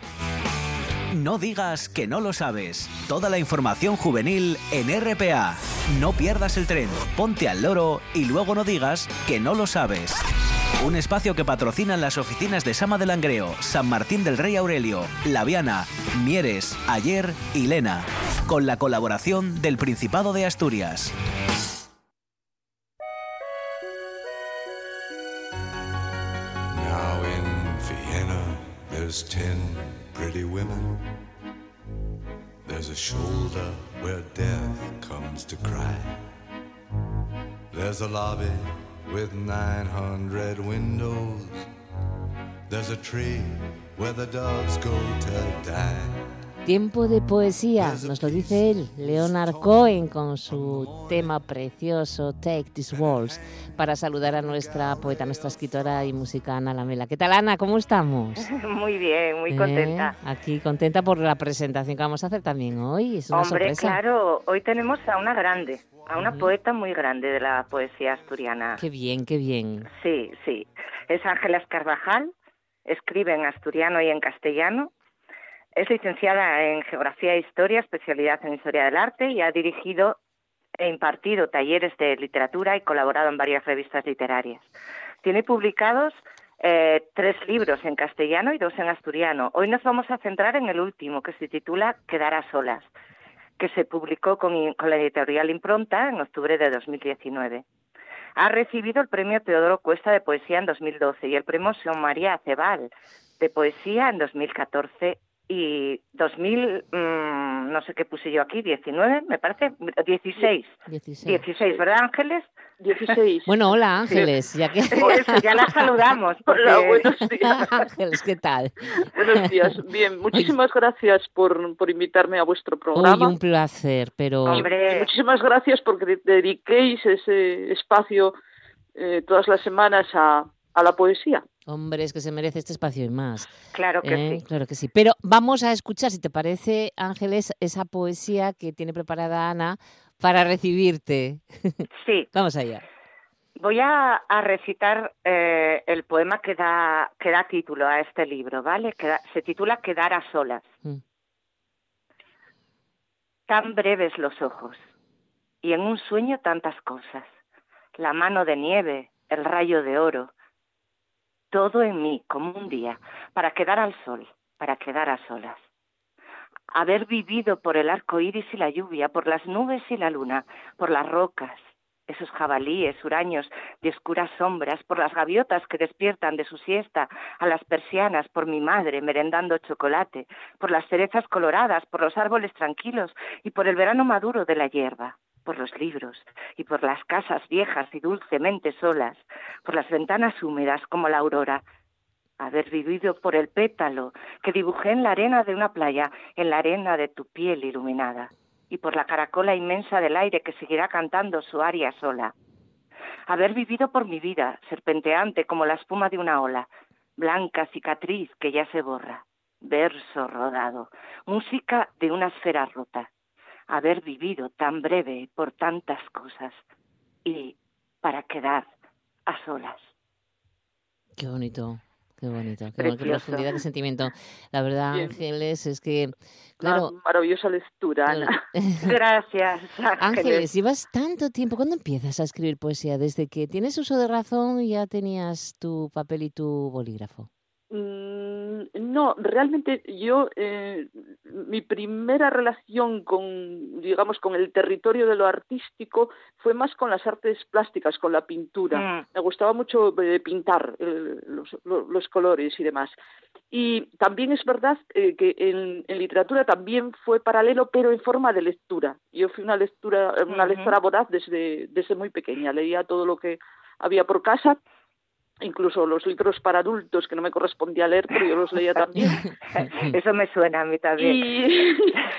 Speaker 1: No digas que no lo sabes. Toda la información juvenil en R P A. No pierdas el tren, ponte al loro y luego no digas que no lo sabes. Un espacio que patrocinan las oficinas de Sama de Langreo, San Martín del Rey Aurelio, Laviana, Mieres, Ayer y Lena. Con la colaboración del Principado de Asturias.
Speaker 7: Now in Vienna there's ten pretty women. There's a shoulder where death comes to cry. There's a lobby with nine hundred windows. There's a tree where the dogs go to die.
Speaker 2: Tiempo de poesía, nos lo dice él, Leonard Cohen, con su tema precioso Take These Walls, para saludar a nuestra poeta, nuestra escritora y música Ana Lamela. ¿Qué tal, Ana? ¿Cómo estamos?
Speaker 8: Muy bien, muy contenta.
Speaker 2: ¿Eh? Aquí contenta por la presentación que vamos a hacer también hoy. Es una
Speaker 8: Hombre,
Speaker 2: sorpresa.
Speaker 8: Claro, hoy tenemos a una grande, a una
Speaker 2: Uh-huh.
Speaker 8: poeta muy grande de la poesía asturiana.
Speaker 2: Qué bien, qué bien.
Speaker 8: Sí, sí. Es Ángeles Carvajal, escribe en asturiano y en castellano. Es licenciada en Geografía e Historia, especialidad en Historia del Arte, y ha dirigido e impartido talleres de literatura y colaborado en varias revistas literarias. Tiene publicados eh, tres libros en castellano y dos en asturiano. Hoy nos vamos a centrar en el último, que se titula Quedar a solas, que se publicó con, con la editorial Impronta en octubre de dos mil diecinueve. Ha recibido el premio Teodoro Cuesta de Poesía en dos mil doce y el premio Sion María Acebal de Poesía en dos mil catorce y dos mil, mmm, no sé qué puse yo aquí, diecinueve, me parece, dieciséis.
Speaker 2: dieciséis.
Speaker 8: dieciséis, ¿verdad, Ángeles?
Speaker 9: dieciséis.
Speaker 2: Bueno, hola, Ángeles.
Speaker 8: Sí.
Speaker 2: Ya que...
Speaker 8: Por eso, ya la saludamos. Porque...
Speaker 9: Hola, buenos días.
Speaker 2: Ángeles, ¿qué tal?
Speaker 9: Buenos días. Bien, muchísimas gracias por, por invitarme a vuestro programa.
Speaker 2: Uy, un placer, pero...
Speaker 8: Hombre.
Speaker 9: Y muchísimas gracias porque dediquéis ese espacio eh, todas las semanas a, a la poesía.
Speaker 2: Hombre, es que se merece este espacio y más.
Speaker 8: Claro que
Speaker 2: ¿Eh?
Speaker 8: sí.
Speaker 2: Claro que sí. Pero vamos a escuchar, si te parece, Ángeles, esa poesía que tiene preparada Ana para recibirte.
Speaker 8: Sí.
Speaker 2: Vamos allá.
Speaker 8: Voy a, a recitar eh, el poema que da, que da título a este libro, ¿vale? Que da, se titula Quedar a solas.
Speaker 2: Mm.
Speaker 8: Tan breves los ojos, y en un sueño tantas cosas. La mano de nieve, el rayo de oro, todo en mí como un día, para quedar al sol, para quedar a solas. Haber vivido por el arco iris y la lluvia, por las nubes y la luna, por las rocas, esos jabalíes, huraños de oscuras sombras, por las gaviotas que despiertan de su siesta a las persianas, por mi madre merendando chocolate, por las cerezas coloradas, por los árboles tranquilos y por el verano maduro de la hierba. por los libros y por las casas viejas y dulcemente solas, por las ventanas húmedas como la aurora. Haber vivido por el pétalo que dibujé en la arena de una playa, en la arena de tu piel iluminada, y por la caracola inmensa del aire que seguirá cantando su aria sola. Haber vivido por mi vida, serpenteante como la espuma de una ola, blanca cicatriz que ya se borra, verso rodado, música de una esfera rota. Haber vivido tan breve por tantas cosas y para quedar a solas.
Speaker 2: Qué bonito. Qué bonito, qué, bueno, qué profundidad, qué sentimiento. La verdad, Bien. Ángeles, es que, claro...
Speaker 9: Una maravillosa lectura, Ana.
Speaker 8: Gracias, Ángeles.
Speaker 2: Ángeles, llevas tanto tiempo. ¿Cuándo empiezas a escribir poesía? ¿Desde que tienes uso de razón ya tenías tu papel y tu bolígrafo?
Speaker 9: Mm, no, realmente yo, eh, mi primera relación con, digamos, con el territorio de lo artístico fue más con las artes plásticas, con la pintura. Mm. Me gustaba mucho eh, pintar eh, los, los, los colores y demás. Y también es verdad eh, que en, en literatura también fue paralelo, pero en forma de lectura. Yo fui una lectura, una uh-huh. lectora voraz desde, desde muy pequeña. Leía todo lo que había por casa, incluso los libros para adultos que no me correspondía leer, pero yo los leía también.
Speaker 8: Eso me suena a mí también.
Speaker 9: Y,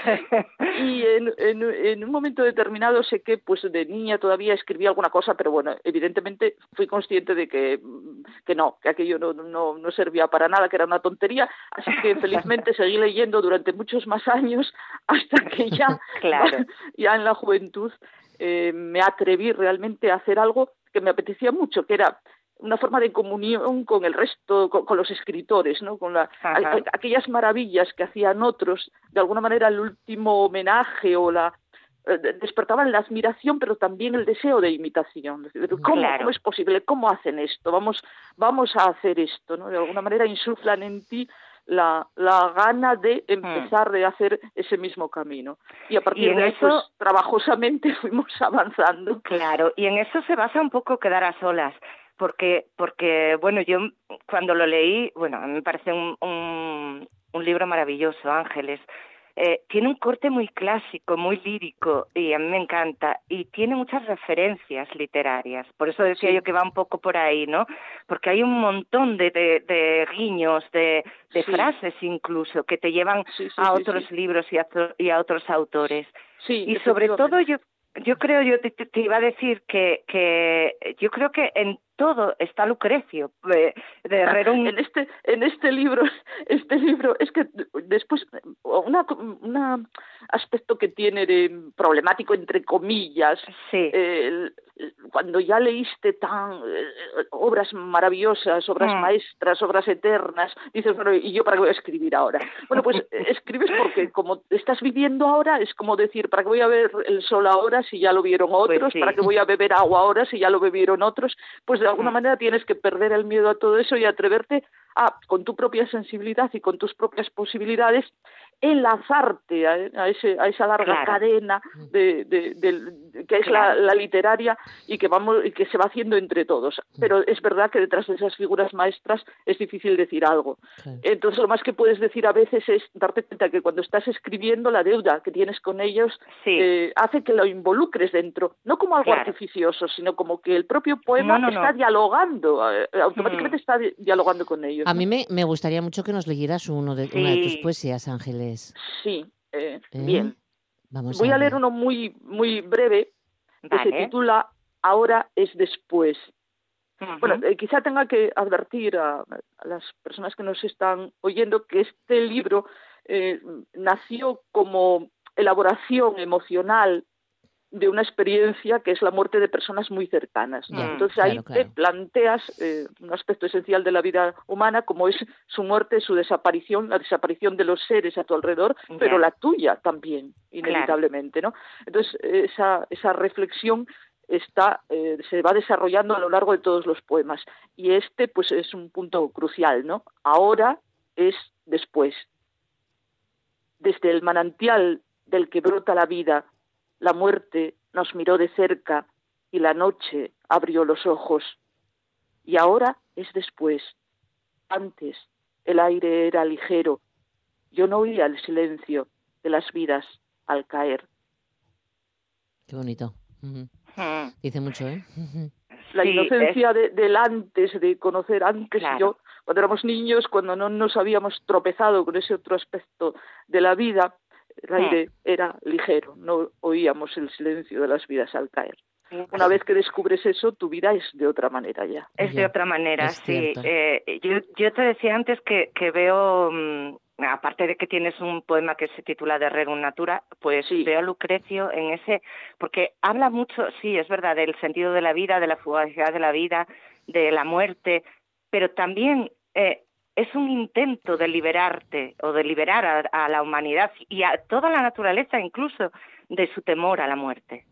Speaker 9: y en, en, en un momento determinado sé que pues de niña todavía escribía alguna cosa, pero bueno, evidentemente fui consciente de que, que no, que aquello no, no, no servía para nada, que era una tontería, así que felizmente seguí leyendo durante muchos más años hasta que ya, claro. ya en la juventud eh, me atreví realmente a hacer algo que me apetecía mucho, que era una forma de comunión con el resto, con, con los escritores, ¿no? Con la, a, a, aquellas maravillas que hacían otros, de alguna manera el último homenaje o la eh, despertaban la admiración, pero también el deseo de imitación. ¿Cómo, claro. ¿Cómo es posible? ¿Cómo hacen esto? Vamos, vamos a hacer esto, ¿no? De alguna manera insuflan en ti la, la gana de empezar, hmm. de hacer ese mismo camino. Y a partir y de eso, pues, trabajosamente fuimos avanzando.
Speaker 8: Claro, y en eso se basa un poco quedar a solas. Porque, porque bueno, yo cuando lo leí, bueno, a mí me parece un, un, un libro maravilloso, Ángeles. Eh, tiene un corte muy clásico, muy lírico, y a mí me encanta. Y tiene muchas referencias literarias. Por eso decía sí. yo que va un poco por ahí, ¿no? Porque hay un montón de, de, de guiños, de, de sí. frases incluso, que te llevan sí, sí, a sí, otros sí. libros y a, y a otros autores. Sí, y sobre todo yo... Yo creo, yo te, te iba a decir que, que yo creo que en todo está Lucrecio de, de Herrero.
Speaker 9: En este, en este libro, este libro es que después una, una aspecto que tiene de problemático entre comillas. Sí. Eh, cuando ya leíste tan eh, obras maravillosas, obras mm. maestras, obras eternas, dices, bueno, ¿y yo para qué voy a escribir ahora? Bueno, pues escribes porque como estás viviendo ahora, es como decir, ¿para qué voy a ver el sol ahora si ya lo vieron otros? Pues sí. ¿Para qué voy a beber agua ahora si ya lo bebieron otros? Pues de alguna mm. manera tienes que perder el miedo a todo eso y atreverte a, con tu propia sensibilidad y con tus propias posibilidades, enlazarte a, a, ese, a esa larga claro. cadena de, de, de, de, que es claro. la, la literaria y que vamos y que se va haciendo entre todos. Pero es verdad que detrás de esas figuras maestras es difícil decir algo. Claro. Entonces lo más que puedes decir a veces es darte cuenta que cuando estás escribiendo la deuda que tienes con ellos sí. eh, hace que lo involucres dentro, no como algo claro. artificioso, sino como que el propio poema no, no, está no. dialogando, eh, automáticamente hmm. está di- dialogando con ellos.
Speaker 2: A ¿no? mí me, me gustaría mucho que nos leyeras uno de, sí. una de tus poesías, Ángeles.
Speaker 9: Sí, eh, ¿Eh? bien.
Speaker 2: Vamos
Speaker 9: Voy
Speaker 2: a,
Speaker 9: a leer uno muy, muy breve que
Speaker 8: vale.
Speaker 9: se titula Ahora es después. Uh-huh. Bueno, eh, quizá tenga que advertir a, a las personas que nos están oyendo que este libro eh, nació como elaboración emocional de una experiencia que es la muerte de personas muy cercanas, ¿no? Mm, Entonces claro, ahí claro. te planteas eh, un aspecto esencial de la vida humana como es su muerte, su desaparición, la desaparición de los seres a tu alrededor, yeah. pero la tuya también, inevitablemente, claro. ¿no? Entonces esa, esa reflexión está eh, se va desarrollando a lo largo de todos los poemas y este pues es un punto crucial, ¿no? Ahora es después. Desde el manantial del que brota la vida, la muerte nos miró de cerca y la noche abrió los ojos. Y ahora es después. Antes el aire era ligero. Yo no oía el silencio de las vidas al caer.
Speaker 2: Qué bonito. Uh-huh.
Speaker 8: Mm.
Speaker 2: Dice mucho, ¿eh? Uh-huh.
Speaker 9: La
Speaker 8: Sí,
Speaker 9: inocencia de, del antes, de conocer antes.
Speaker 8: Claro.
Speaker 9: Yo, cuando éramos niños, cuando no nos habíamos tropezado con ese otro aspecto de la vida, el aire era ligero, no oíamos el silencio de las vidas al caer. Una vez que descubres eso, tu vida es de otra manera ya.
Speaker 8: Es de
Speaker 2: Ya,
Speaker 8: otra manera,
Speaker 2: es
Speaker 8: sí.
Speaker 2: cierto.
Speaker 8: Eh, yo, yo te decía antes que, que veo, mm, aparte de que tienes un poema que se titula De Rerum Natura, pues
Speaker 9: Sí.
Speaker 8: veo a Lucrecio en ese, porque habla mucho, sí, es verdad, del sentido de la vida, de la fugacidad de la vida, de la muerte, pero también eh, es un intento de liberarte o de liberar a, a la humanidad y a toda la naturaleza incluso de su temor a la muerte.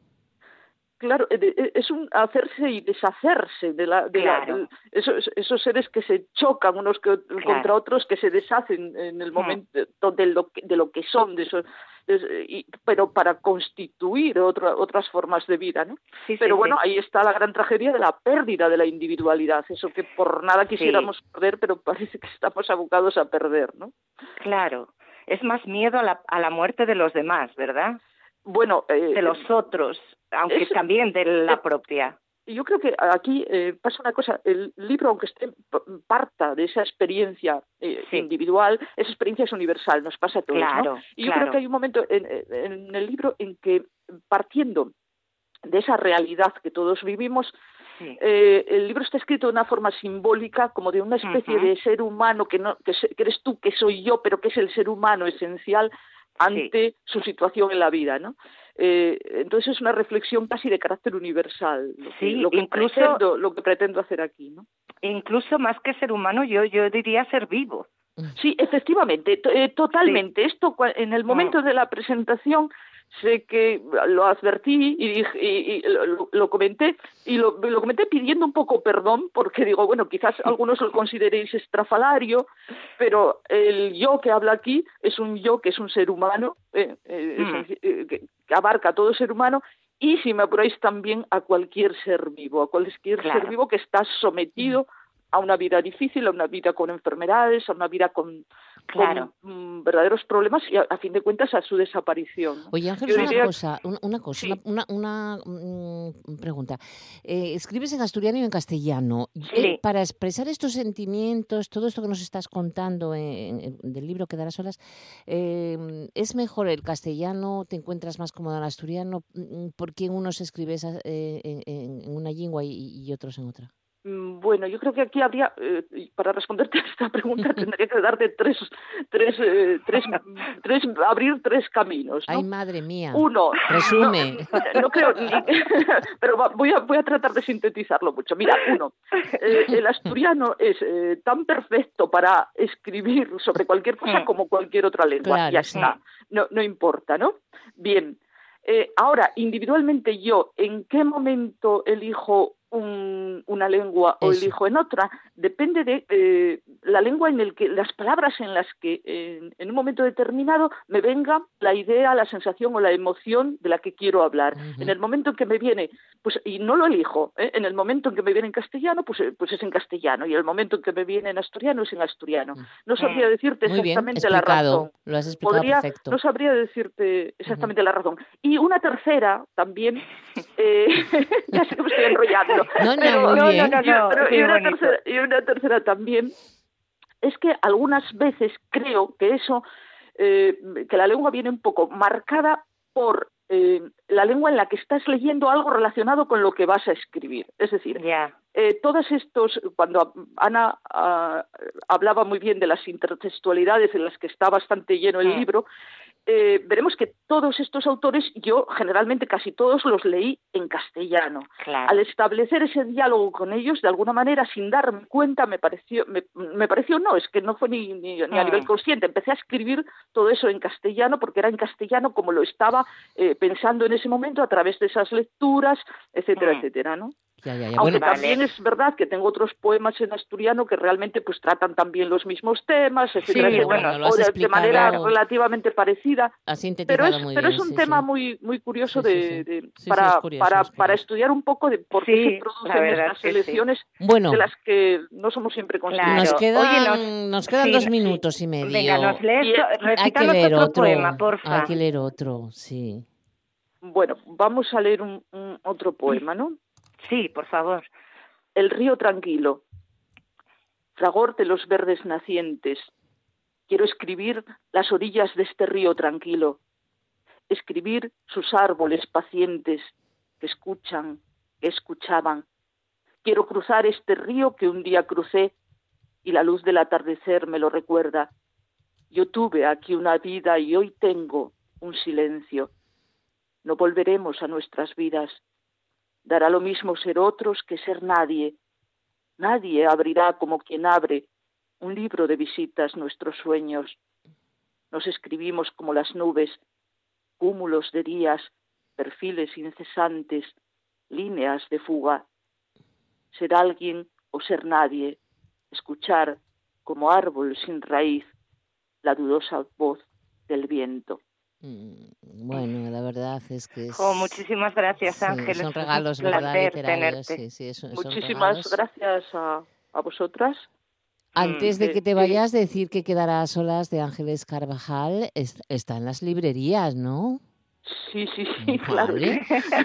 Speaker 9: Claro, es un hacerse y deshacerse de la, de
Speaker 8: Claro.
Speaker 9: la, de esos, esos seres que se chocan unos que,
Speaker 8: Claro.
Speaker 9: contra otros, que se deshacen en el momento de lo, de lo que son, de esos, de, y, pero para constituir otra, otras formas de vida, ¿no?
Speaker 8: Sí,
Speaker 9: pero
Speaker 8: sí,
Speaker 9: bueno,
Speaker 8: sí.
Speaker 9: ahí está la gran tragedia de la pérdida de la individualidad, eso que por nada quisiéramos
Speaker 8: Sí.
Speaker 9: perder, pero parece que estamos abocados a perder, ¿no?
Speaker 8: Claro, es más miedo a la, a la muerte de los demás, ¿verdad?
Speaker 9: Bueno, eh,
Speaker 8: De los otros, aunque
Speaker 9: es-
Speaker 8: también de la
Speaker 9: eh,
Speaker 8: propia.
Speaker 9: yo creo que aquí eh, pasa una cosa, el libro, aunque esté p- parta de esa experiencia eh,
Speaker 8: Sí.
Speaker 9: individual, esa experiencia es universal, nos pasa a todos,
Speaker 8: Claro,
Speaker 9: ¿no? Y yo
Speaker 8: claro.
Speaker 9: creo que hay un momento en, en el libro en que, partiendo de esa realidad que todos vivimos,
Speaker 8: Sí.
Speaker 9: eh, el libro está escrito de una forma simbólica, como de una especie
Speaker 8: Ujú.
Speaker 9: de ser humano que no que, se- que eres tú, que soy yo, pero que es el ser humano esencial ante su situación en la vida, ¿no? Eh, entonces es una reflexión casi de carácter universal, lo que,
Speaker 8: Sí,
Speaker 9: lo que
Speaker 8: incluso-
Speaker 9: pretendo, lo que pretendo hacer aquí, ¿no?
Speaker 8: Incluso más que ser humano, yo, yo diría ser vivo.
Speaker 9: Sí, efectivamente, to- eh, totalmente. Esto cua- en el momento de la presentación sé que lo advertí y, dije- y- y lo, lo comenté y lo, lo comenté pidiendo un poco perdón porque digo, bueno, quizás algunos lo consideréis estrafalario, pero el yo que habla aquí es un yo que es un ser humano, eh, eh,
Speaker 8: Mm.
Speaker 9: esenci- eh, que, que abarca a todo ser humano y, si me apuráis, también a cualquier ser vivo, a cualquier
Speaker 8: Claro.
Speaker 9: ser vivo que está sometido a una vida difícil, a una vida con enfermedades, a una vida con,
Speaker 8: Claro.
Speaker 9: con mm, verdaderos problemas y, a, a fin de cuentas, a su desaparición, ¿no?
Speaker 2: Oye, Ángel,
Speaker 9: Yo
Speaker 2: una
Speaker 9: diría-
Speaker 2: cosa, una, una cosa,
Speaker 9: Sí.
Speaker 2: una, una, una, mm, pregunta. Eh, escribes en asturiano y en castellano.
Speaker 8: Sí.
Speaker 2: Eh, para expresar estos sentimientos, todo esto que nos estás contando en, en- del libro que darás horas, eh, ¿es mejor el castellano? ¿Te encuentras más cómodo en el asturiano? Mm, ¿Por qué unos escribes eh, en, en una lengua y, y otros en otra?
Speaker 9: Mm, Bueno, yo creo que aquí habría, eh, para responderte a esta pregunta, tendría que darte tres, tres, eh, tres, tres, abrir tres caminos, ¿no?
Speaker 2: Ay, madre mía.
Speaker 9: Uno,
Speaker 2: Resume.
Speaker 9: No, no creo, ni- pero va- voy a, voy a tratar de sintetizarlo mucho. Mira, uno, eh, el asturiano es eh, tan perfecto para escribir sobre cualquier cosa
Speaker 8: Mm.
Speaker 9: como cualquier otra lengua.
Speaker 2: Claro,
Speaker 9: ya
Speaker 2: sí.
Speaker 9: está, no, no importa, ¿no? Bien, eh, ahora, individualmente yo, ¿en qué momento elijo un- una lengua o
Speaker 2: Eso.
Speaker 9: elijo en otra? Depende de eh, la lengua en el que, las palabras en las que en, en un momento determinado me venga la idea, la sensación o la emoción de la que quiero hablar.
Speaker 2: Ujú.
Speaker 9: En el momento en que me viene, pues, y no lo elijo, ¿eh? En el momento en que me viene en castellano, pues, eh, pues es en castellano, y el momento en que me viene en asturiano es en asturiano. No sabría decirte
Speaker 2: Muy bien,
Speaker 9: exactamente la
Speaker 2: explicado.
Speaker 9: razón.
Speaker 2: Lo has explicado
Speaker 9: Podría,
Speaker 2: perfecto.
Speaker 9: no sabría decirte exactamente la razón. Y una tercera también, eh, ya sé que me estoy enrollando.
Speaker 2: No, no,
Speaker 9: pero,
Speaker 2: muy
Speaker 8: no,
Speaker 2: bien.
Speaker 8: no, no,
Speaker 9: y- pero-
Speaker 8: qué
Speaker 9: y, una
Speaker 8: bonito.
Speaker 9: tercera, y una tercera también es que algunas veces creo que eso, eh, que la lengua viene un poco marcada por eh, la lengua en la que estás leyendo algo relacionado con lo que vas a escribir. Es decir,
Speaker 8: Ya.
Speaker 9: eh, todos estos, cuando Ana ah, hablaba muy bien de las intertextualidades en las que está bastante lleno el
Speaker 8: Mm.
Speaker 9: libro, eh, veremos que todos estos autores, yo generalmente casi todos los leí en castellano.
Speaker 8: Claro.
Speaker 9: Al establecer ese diálogo con ellos, de alguna manera, sin darme cuenta, me pareció, me, me pareció no, es que no fue ni, ni, ni a
Speaker 8: Mm.
Speaker 9: nivel consciente. Empecé a escribir todo eso en castellano porque era en castellano como lo estaba eh, pensando en ese momento a través de esas lecturas, etcétera,
Speaker 8: Mm.
Speaker 9: etcétera, ¿no?
Speaker 2: Ya, ya, ya.
Speaker 9: Aunque
Speaker 2: Bueno,
Speaker 8: Vale.
Speaker 9: también es verdad que tengo otros poemas en asturiano que realmente pues tratan también los mismos temas, etcétera,
Speaker 8: Sí,
Speaker 9: etcétera,
Speaker 8: bueno,
Speaker 2: lo has
Speaker 9: o de, de
Speaker 2: explicado.
Speaker 9: manera relativamente parecida.
Speaker 2: has
Speaker 9: Pero
Speaker 2: sintetizado
Speaker 9: es,
Speaker 2: muy
Speaker 9: pero
Speaker 2: bien.
Speaker 9: es un
Speaker 2: sí,
Speaker 9: tema
Speaker 2: sí.
Speaker 9: muy muy curioso
Speaker 2: Sí, sí,
Speaker 9: de,
Speaker 2: sí.
Speaker 9: de-
Speaker 2: Sí, sí,
Speaker 9: para,
Speaker 2: es curioso,
Speaker 9: para,
Speaker 2: es
Speaker 9: para
Speaker 2: curioso.
Speaker 9: estudiar un poco de por qué
Speaker 8: Sí,
Speaker 9: se
Speaker 8: la
Speaker 9: producen
Speaker 8: verdad
Speaker 9: estas
Speaker 8: que sí.
Speaker 9: elecciones
Speaker 2: Bueno,
Speaker 9: de las que no somos siempre conscientes.
Speaker 2: nos
Speaker 8: Claro.
Speaker 2: quedan,
Speaker 8: Oye, nos-
Speaker 2: nos quedan
Speaker 8: sí,
Speaker 2: dos
Speaker 8: sí.
Speaker 2: minutos y medio.
Speaker 8: Venga, nos lees,
Speaker 9: Y-
Speaker 2: Hay que
Speaker 8: recítanos
Speaker 2: leer
Speaker 8: otro
Speaker 2: otro.
Speaker 8: poema, porfa.
Speaker 2: Hay que leer otro, sí.
Speaker 9: Bueno, vamos a leer un, un otro poema, ¿no?
Speaker 8: Sí, por favor.
Speaker 9: El río tranquilo. Fragor de los verdes nacientes. Quiero escribir las orillas de este río tranquilo. Escribir sus árboles pacientes que escuchan, que escuchaban. Quiero cruzar este río que un día crucé y la luz del atardecer me lo recuerda. Yo tuve aquí una vida y hoy tengo un silencio. No volveremos a nuestras vidas. Dará lo mismo ser otros que ser nadie. Nadie abrirá como quien abre un libro de visitas nuestros sueños. Nos escribimos como las nubes, cúmulos de días, perfiles incesantes, líneas de fuga. Ser alguien o ser nadie, escuchar como árbol sin raíz la dudosa voz del viento.
Speaker 2: Bueno, la verdad es que es...
Speaker 8: Oh, muchísimas gracias,
Speaker 2: sí,
Speaker 8: Ángeles.
Speaker 2: son regalos,
Speaker 8: es un
Speaker 2: ¿verdad?
Speaker 8: placer
Speaker 2: Literarios.
Speaker 8: tenerte.
Speaker 2: Sí, sí, son,
Speaker 9: Muchísimas
Speaker 2: son
Speaker 9: gracias a, a vosotras.
Speaker 2: Antes de
Speaker 9: Mm,
Speaker 2: que te
Speaker 9: sí.
Speaker 2: vayas, decir que Quedará a solas de Ángeles Carvajal es- está en las librerías, ¿no?
Speaker 9: Sí, sí, sí, claro.
Speaker 2: Vale.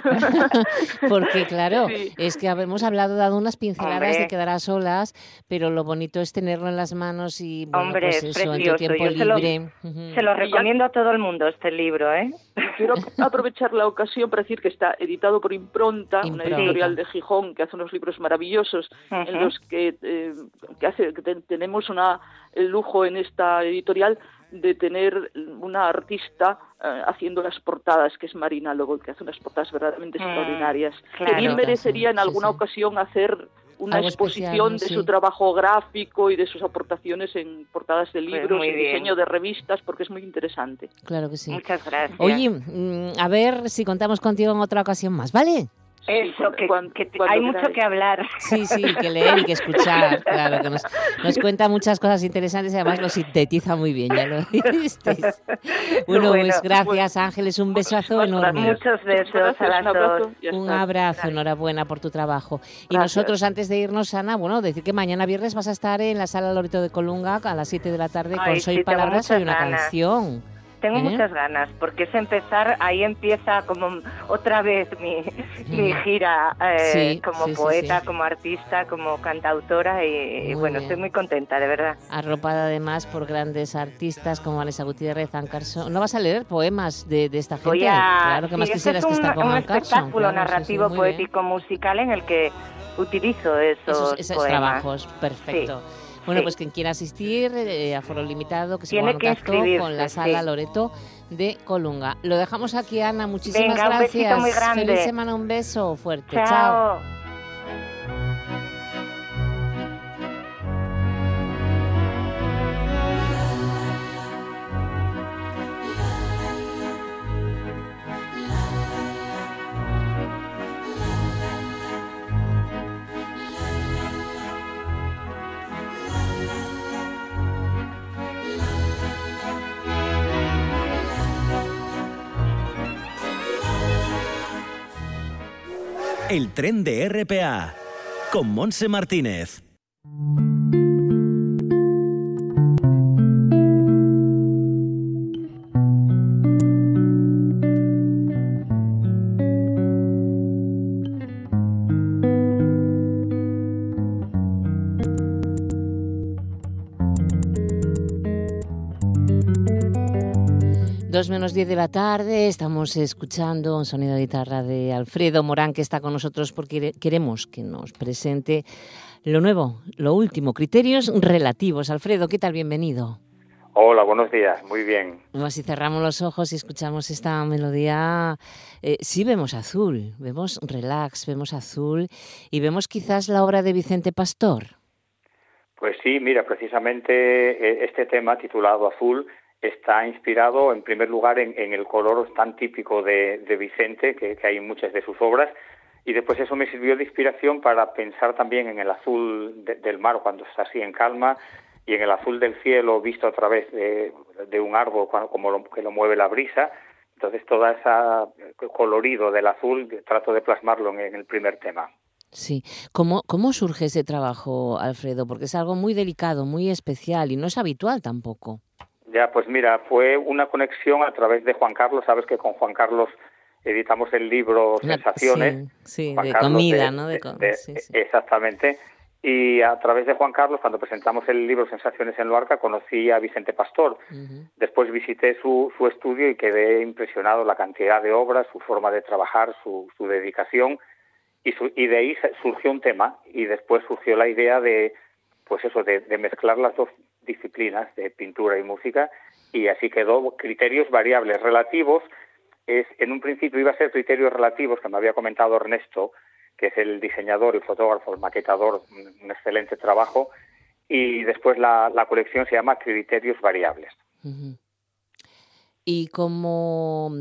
Speaker 2: Porque claro,
Speaker 9: Sí.
Speaker 2: es que hemos hablado, dado unas pinceladas
Speaker 8: Hombre.
Speaker 2: de Quedar a solas, pero lo bonito es tenerlo en las manos y, bueno,
Speaker 8: Hombre,
Speaker 2: pues
Speaker 8: es
Speaker 2: eso, en tu
Speaker 8: precioso.
Speaker 2: tiempo
Speaker 8: Yo se lo,
Speaker 2: libre. Ujú.
Speaker 8: se lo
Speaker 9: Y ya-
Speaker 8: recomiendo a todo el mundo, este libro, ¿eh?
Speaker 9: Quiero aprovechar la ocasión para decir que está editado por Impronta,
Speaker 2: Impronta.
Speaker 9: una editorial de Gijón que hace unos libros maravillosos en
Speaker 8: Ujú.
Speaker 9: los que, eh, que hace que te- tenemos una, el lujo en esta editorial de tener una artista eh, haciendo las portadas, que es Marina Lobo, que hace unas portadas verdaderamente
Speaker 8: Mm,
Speaker 9: extraordinarias.
Speaker 8: claro.
Speaker 9: Que bien merecería en
Speaker 2: Sí,
Speaker 9: alguna
Speaker 2: sí.
Speaker 9: ocasión hacer una
Speaker 2: Algo
Speaker 9: exposición
Speaker 2: especial, ¿no?
Speaker 9: de
Speaker 2: Sí.
Speaker 9: su trabajo gráfico y de sus aportaciones en portadas de
Speaker 8: Pues
Speaker 9: libros,
Speaker 8: muy
Speaker 9: en
Speaker 8: bien.
Speaker 9: diseño de revistas, porque es muy interesante.
Speaker 2: Claro que sí.
Speaker 8: Muchas gracias.
Speaker 2: Oye, mm, a ver si contamos contigo en otra ocasión más, ¿vale?
Speaker 8: Eso, que,
Speaker 9: cuando-
Speaker 8: que te-
Speaker 9: cuando
Speaker 8: hay mucho
Speaker 9: queráis.
Speaker 8: que hablar.
Speaker 2: Sí, sí, que leer y que escuchar, claro, que nos, nos cuenta muchas cosas interesantes y además lo sintetiza muy bien, ya lo visteis. Bueno,
Speaker 8: Bueno,
Speaker 2: pues gracias Ángeles, un besazo
Speaker 9: muchísimas
Speaker 2: enorme.
Speaker 8: Muchos besos
Speaker 9: Gracias,
Speaker 8: a las
Speaker 9: un abrazo
Speaker 8: dos.
Speaker 9: y hasta-
Speaker 2: Un abrazo, enhorabuena por tu trabajo. Y
Speaker 9: Gracias.
Speaker 2: nosotros, antes de irnos, Ana, bueno, decir que mañana viernes vas a estar en la Sala Loreto de Colunga a las siete de la tarde
Speaker 8: Ay,
Speaker 2: con Soy
Speaker 8: sí, tengo
Speaker 2: Palabras, Soy
Speaker 8: muchas
Speaker 2: una
Speaker 8: ganas.
Speaker 2: canción.
Speaker 8: Tengo
Speaker 2: ¿Eh?
Speaker 8: muchas ganas, porque es empezar, ahí empieza como otra vez mi, mi gira eh,
Speaker 2: Sí,
Speaker 8: como
Speaker 2: sí, sí,
Speaker 8: poeta,
Speaker 2: sí.
Speaker 8: como artista, como cantautora y, y
Speaker 2: Muy
Speaker 8: bueno,
Speaker 2: bien.
Speaker 8: estoy muy contenta, de verdad.
Speaker 2: Arropada además por grandes artistas como Vanessa Gutiérrez, Ann Carson. ¿No vas a leer poemas de, de esta gente?
Speaker 8: Voy a...
Speaker 2: Claro que
Speaker 8: sí,
Speaker 2: más
Speaker 8: este
Speaker 2: quisieras
Speaker 8: es
Speaker 2: que
Speaker 8: un,
Speaker 2: estar con
Speaker 8: un
Speaker 2: Ann Carson.
Speaker 8: espectáculo
Speaker 2: Claro, sí, sí,
Speaker 8: narrativo,
Speaker 2: muy bien.
Speaker 8: poético, musical en el que utilizo esos,
Speaker 2: Esos, esos
Speaker 8: poemas.
Speaker 2: trabajos, perfecto. Bueno,
Speaker 8: sí.
Speaker 2: pues quien quiera asistir, eh, aforo limitado, que se
Speaker 8: Tiene
Speaker 2: ponga
Speaker 8: que
Speaker 2: en contacto
Speaker 8: inscribirse,
Speaker 2: con la Sala
Speaker 8: sí.
Speaker 2: Loreto de Colunga. Lo dejamos aquí, Ana. Muchísimas
Speaker 8: Venga, un
Speaker 2: gracias.
Speaker 8: besito muy grande.
Speaker 2: Feliz semana, un beso fuerte.
Speaker 8: Chao.
Speaker 2: Chao.
Speaker 1: El tren de R P A con Montse Martínez.
Speaker 2: Dos menos diez de la tarde, estamos escuchando un sonido de guitarra de Alfredo Morán, que está con nosotros porque queremos que nos presente lo nuevo, lo último, criterios relativos. Alfredo, ¿qué tal? Bienvenido.
Speaker 10: Hola, buenos días, muy bien.
Speaker 2: Bueno, si cerramos los ojos y escuchamos esta melodía, eh, sí vemos azul, vemos relax, vemos azul y vemos quizás la obra de Vicente Pastor.
Speaker 10: Pues sí, mira, precisamente eh, este tema titulado Azul está inspirado en primer lugar en, en el color tan típico de, de Vicente, que, que hay en muchas de sus obras, y después eso me sirvió de inspiración para pensar también en el azul de, del mar cuando está así en calma, y en el azul del cielo visto a través de, de un árbol cuando, como lo, que lo mueve la brisa. Entonces todo ese colorido del azul trato de plasmarlo en, en el primer tema.
Speaker 2: Sí. ¿Cómo, ¿Cómo surge ese trabajo, Alfredo? Porque es algo muy delicado, muy especial y no es habitual tampoco.
Speaker 10: Ya, pues mira, fue una conexión a través de Juan Carlos. Sabes que con Juan Carlos editamos el libro Sensaciones.
Speaker 2: Sí, sí,
Speaker 10: Juan
Speaker 2: de
Speaker 10: Carlos,
Speaker 2: comida,
Speaker 10: de,
Speaker 2: ¿no? De,
Speaker 10: de, de,
Speaker 2: sí, sí.
Speaker 10: Exactamente. Y a través de Juan Carlos, cuando presentamos el libro Sensaciones en Luarca, conocí a Vicente Pastor. Uh-huh. Después visité su, su estudio y quedé impresionado la cantidad de obras, su forma de trabajar, su, su dedicación. Y, su, y de ahí surgió un tema y después surgió la idea de, pues eso, de, de mezclar las dos disciplinas de pintura y música, y así quedó Criterios Variables Relativos. Es, en un principio iba a ser Criterios Relativos, que me había comentado Ernesto, que es el diseñador, el fotógrafo, el maquetador, un excelente trabajo, y después la, la colección se llama Criterios Variables.
Speaker 2: Uh-huh. Y como...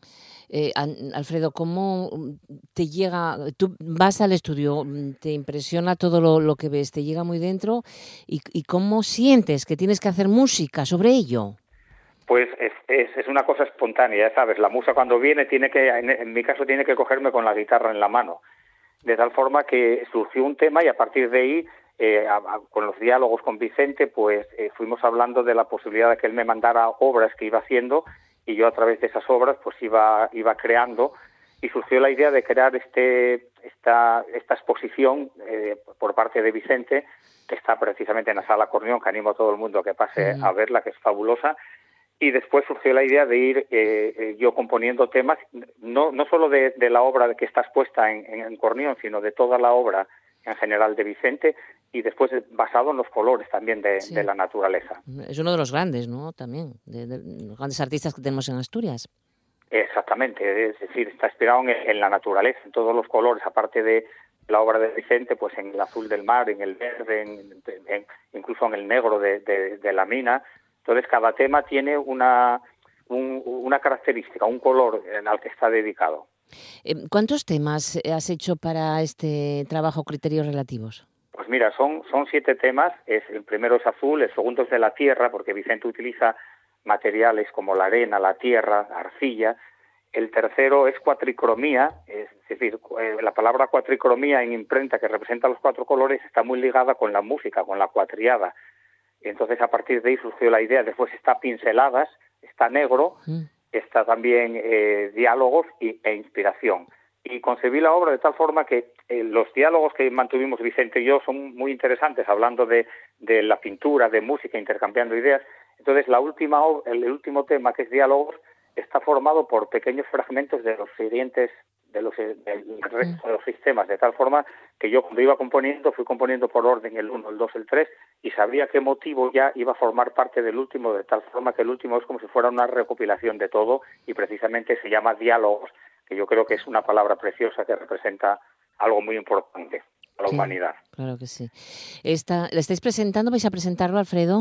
Speaker 2: Eh, Alfredo, ¿cómo te llega? Tú vas al estudio, te impresiona todo lo, lo que ves, te llega muy dentro, y, y ¿cómo sientes que tienes que hacer música sobre ello?
Speaker 10: Pues es, es, es una cosa espontánea, ya sabes, la musa cuando viene tiene que, en, en mi caso tiene que cogerme con la guitarra en la mano, de tal forma que surgió un tema y a partir de ahí, eh, a, a, con los diálogos con Vicente, pues eh, fuimos hablando de la posibilidad de que él me mandara obras que iba haciendo, y yo a través de esas obras pues iba iba creando, y surgió la idea de crear este esta esta exposición eh, por parte de Vicente, que está precisamente en la Sala Cornión, que animo a todo el mundo a que pase uh-huh. a verla, que es fabulosa. Y después surgió la idea de ir eh, eh, yo componiendo temas, no no solo de, de la obra que está expuesta en, en, en Cornión, sino de toda la obra en general de Vicente, y después basado en los colores también de, sí. de la naturaleza.
Speaker 2: Es uno de los grandes, ¿no? También, de, de los grandes artistas que tenemos en Asturias.
Speaker 10: Exactamente, es decir, está inspirado en, en la naturaleza, en todos los colores, aparte de la obra de Vicente, pues en el azul del mar, en el verde, en, en, incluso en el negro de, de, de la mina. Entonces, cada tema tiene una, un, una característica, un color al que está dedicado.
Speaker 2: ¿Cuántos temas has hecho para este trabajo Criterios Relativos?
Speaker 10: Pues mira, son, son siete temas. Es, el primero es azul, el segundo es de la tierra, porque Vicente utiliza materiales como la arena, la tierra, la arcilla. El tercero es cuatricromía, es decir, la palabra cuatricromía en imprenta, que representa los cuatro colores, está muy ligada con la música, con la cuatriada. Entonces, a partir de ahí surgió la idea. Después está pinceladas, está negro, mm. está también eh, diálogos y, e inspiración. Y concebí la obra de tal forma que eh, los diálogos que mantuvimos Vicente y yo son muy interesantes, hablando de, de la pintura, de música, intercambiando ideas. Entonces, la última el, el último tema, que es diálogos, está formado por pequeños fragmentos de los siguientes, de los, del resto de los sistemas, de tal forma que yo cuando iba componiendo, fui componiendo por orden el uno, el dos, el tres, y sabía qué motivo ya iba a formar parte del último, de tal forma que el último es como si fuera una recopilación de todo, y precisamente se llama diálogos, que yo creo que es una palabra preciosa que representa algo muy importante a la
Speaker 2: sí,
Speaker 10: humanidad.
Speaker 2: Claro que sí. Esta, ¿le estáis presentando? ¿Vais a presentarlo, Alfredo?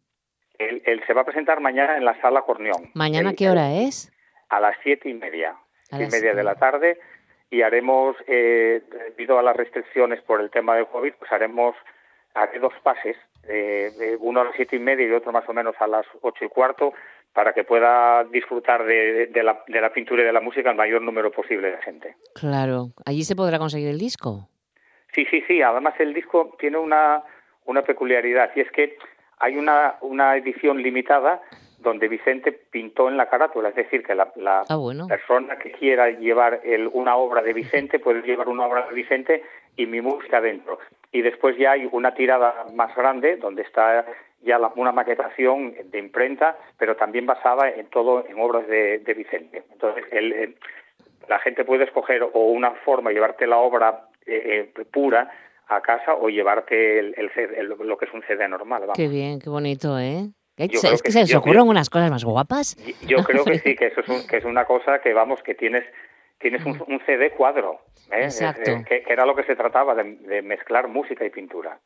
Speaker 10: Él, él se va a presentar mañana en la Sala Cornión.
Speaker 2: ¿Mañana
Speaker 10: el,
Speaker 2: qué hora es?
Speaker 10: A las siete y media.
Speaker 2: A
Speaker 10: siete y media
Speaker 2: siete.
Speaker 10: de la tarde, y haremos, eh, debido a las restricciones por el tema del COVID, pues haremos haré dos pases, eh, de uno a las siete y media y otro más o menos a las ocho y cuarto, para que pueda disfrutar de, de, la, de la pintura y de la música el mayor número posible de gente.
Speaker 2: Claro. ¿Allí se podrá conseguir el disco?
Speaker 10: Sí, sí, sí. Además, el disco tiene una, una peculiaridad, y es que hay una, una edición limitada donde Vicente pintó en la carátula, es decir, que la, la
Speaker 2: ah, bueno.
Speaker 10: persona que quiera llevar el, una obra de Vicente puede llevar una obra de Vicente y mi música dentro. Y después ya hay una tirada más grande donde está ya la, una maquetación de imprenta, pero también basada en todo en obras de, de Vicente. Entonces, el, el, la gente puede escoger o una forma, llevarte la obra eh, eh, pura a casa, o llevarte el, el, el, lo que es un C D normal. Vamos.
Speaker 2: Qué bien, qué bonito, ¿eh?
Speaker 10: Yo
Speaker 2: es que, que se les ocurren yo, unas cosas más guapas.
Speaker 10: Yo creo que sí, que eso es, un, que es una cosa que, vamos, que tienes tienes un, un C D cuadro, ¿eh?
Speaker 2: Exacto.
Speaker 10: Es, que, que era lo que se trataba, de, de mezclar música y pintura.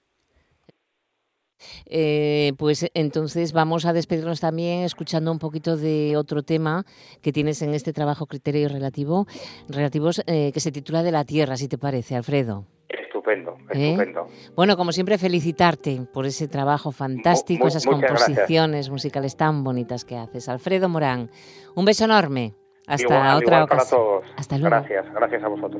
Speaker 2: Eh, pues entonces vamos a despedirnos también escuchando un poquito de otro tema que tienes en este trabajo Criterios Relativo, Relativos, eh, que se titula De la Tierra, si te parece, Alfredo.
Speaker 10: Estupendo,
Speaker 2: ¿Eh?
Speaker 10: estupendo.
Speaker 2: Bueno, como siempre, felicitarte por ese trabajo fantástico,
Speaker 10: Mu-
Speaker 2: esas
Speaker 10: gracias.
Speaker 2: composiciones musicales tan bonitas que haces. Alfredo Morán, un beso enorme. Hasta
Speaker 10: igual,
Speaker 2: otra
Speaker 10: igual
Speaker 2: ocasión.
Speaker 10: Para todos.
Speaker 2: Hasta luego.
Speaker 10: Gracias, gracias a vosotros.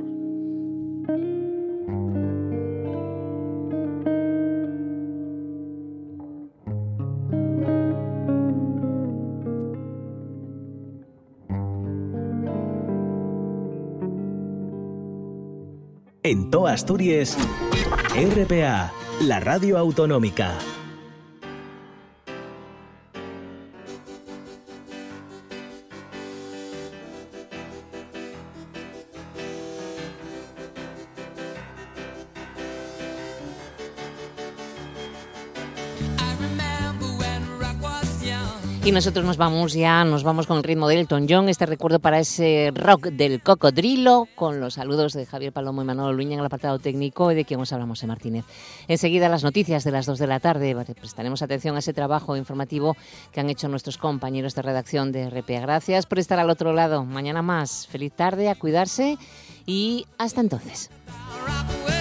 Speaker 1: En toda Asturias, R P A, la radio autonómica.
Speaker 2: Y nosotros nos vamos ya, nos vamos con el ritmo de Elton John, este recuerdo para ese rock del cocodrilo, con los saludos de Javier Palomo y Manolo Luña en el apartado técnico y de quien os hablamos, José Martínez. Enseguida las noticias de las dos de la tarde, prestaremos atención a ese trabajo informativo que han hecho nuestros compañeros de redacción de R P A. Gracias por estar al otro lado. Mañana más. Feliz tarde, a cuidarse y hasta entonces.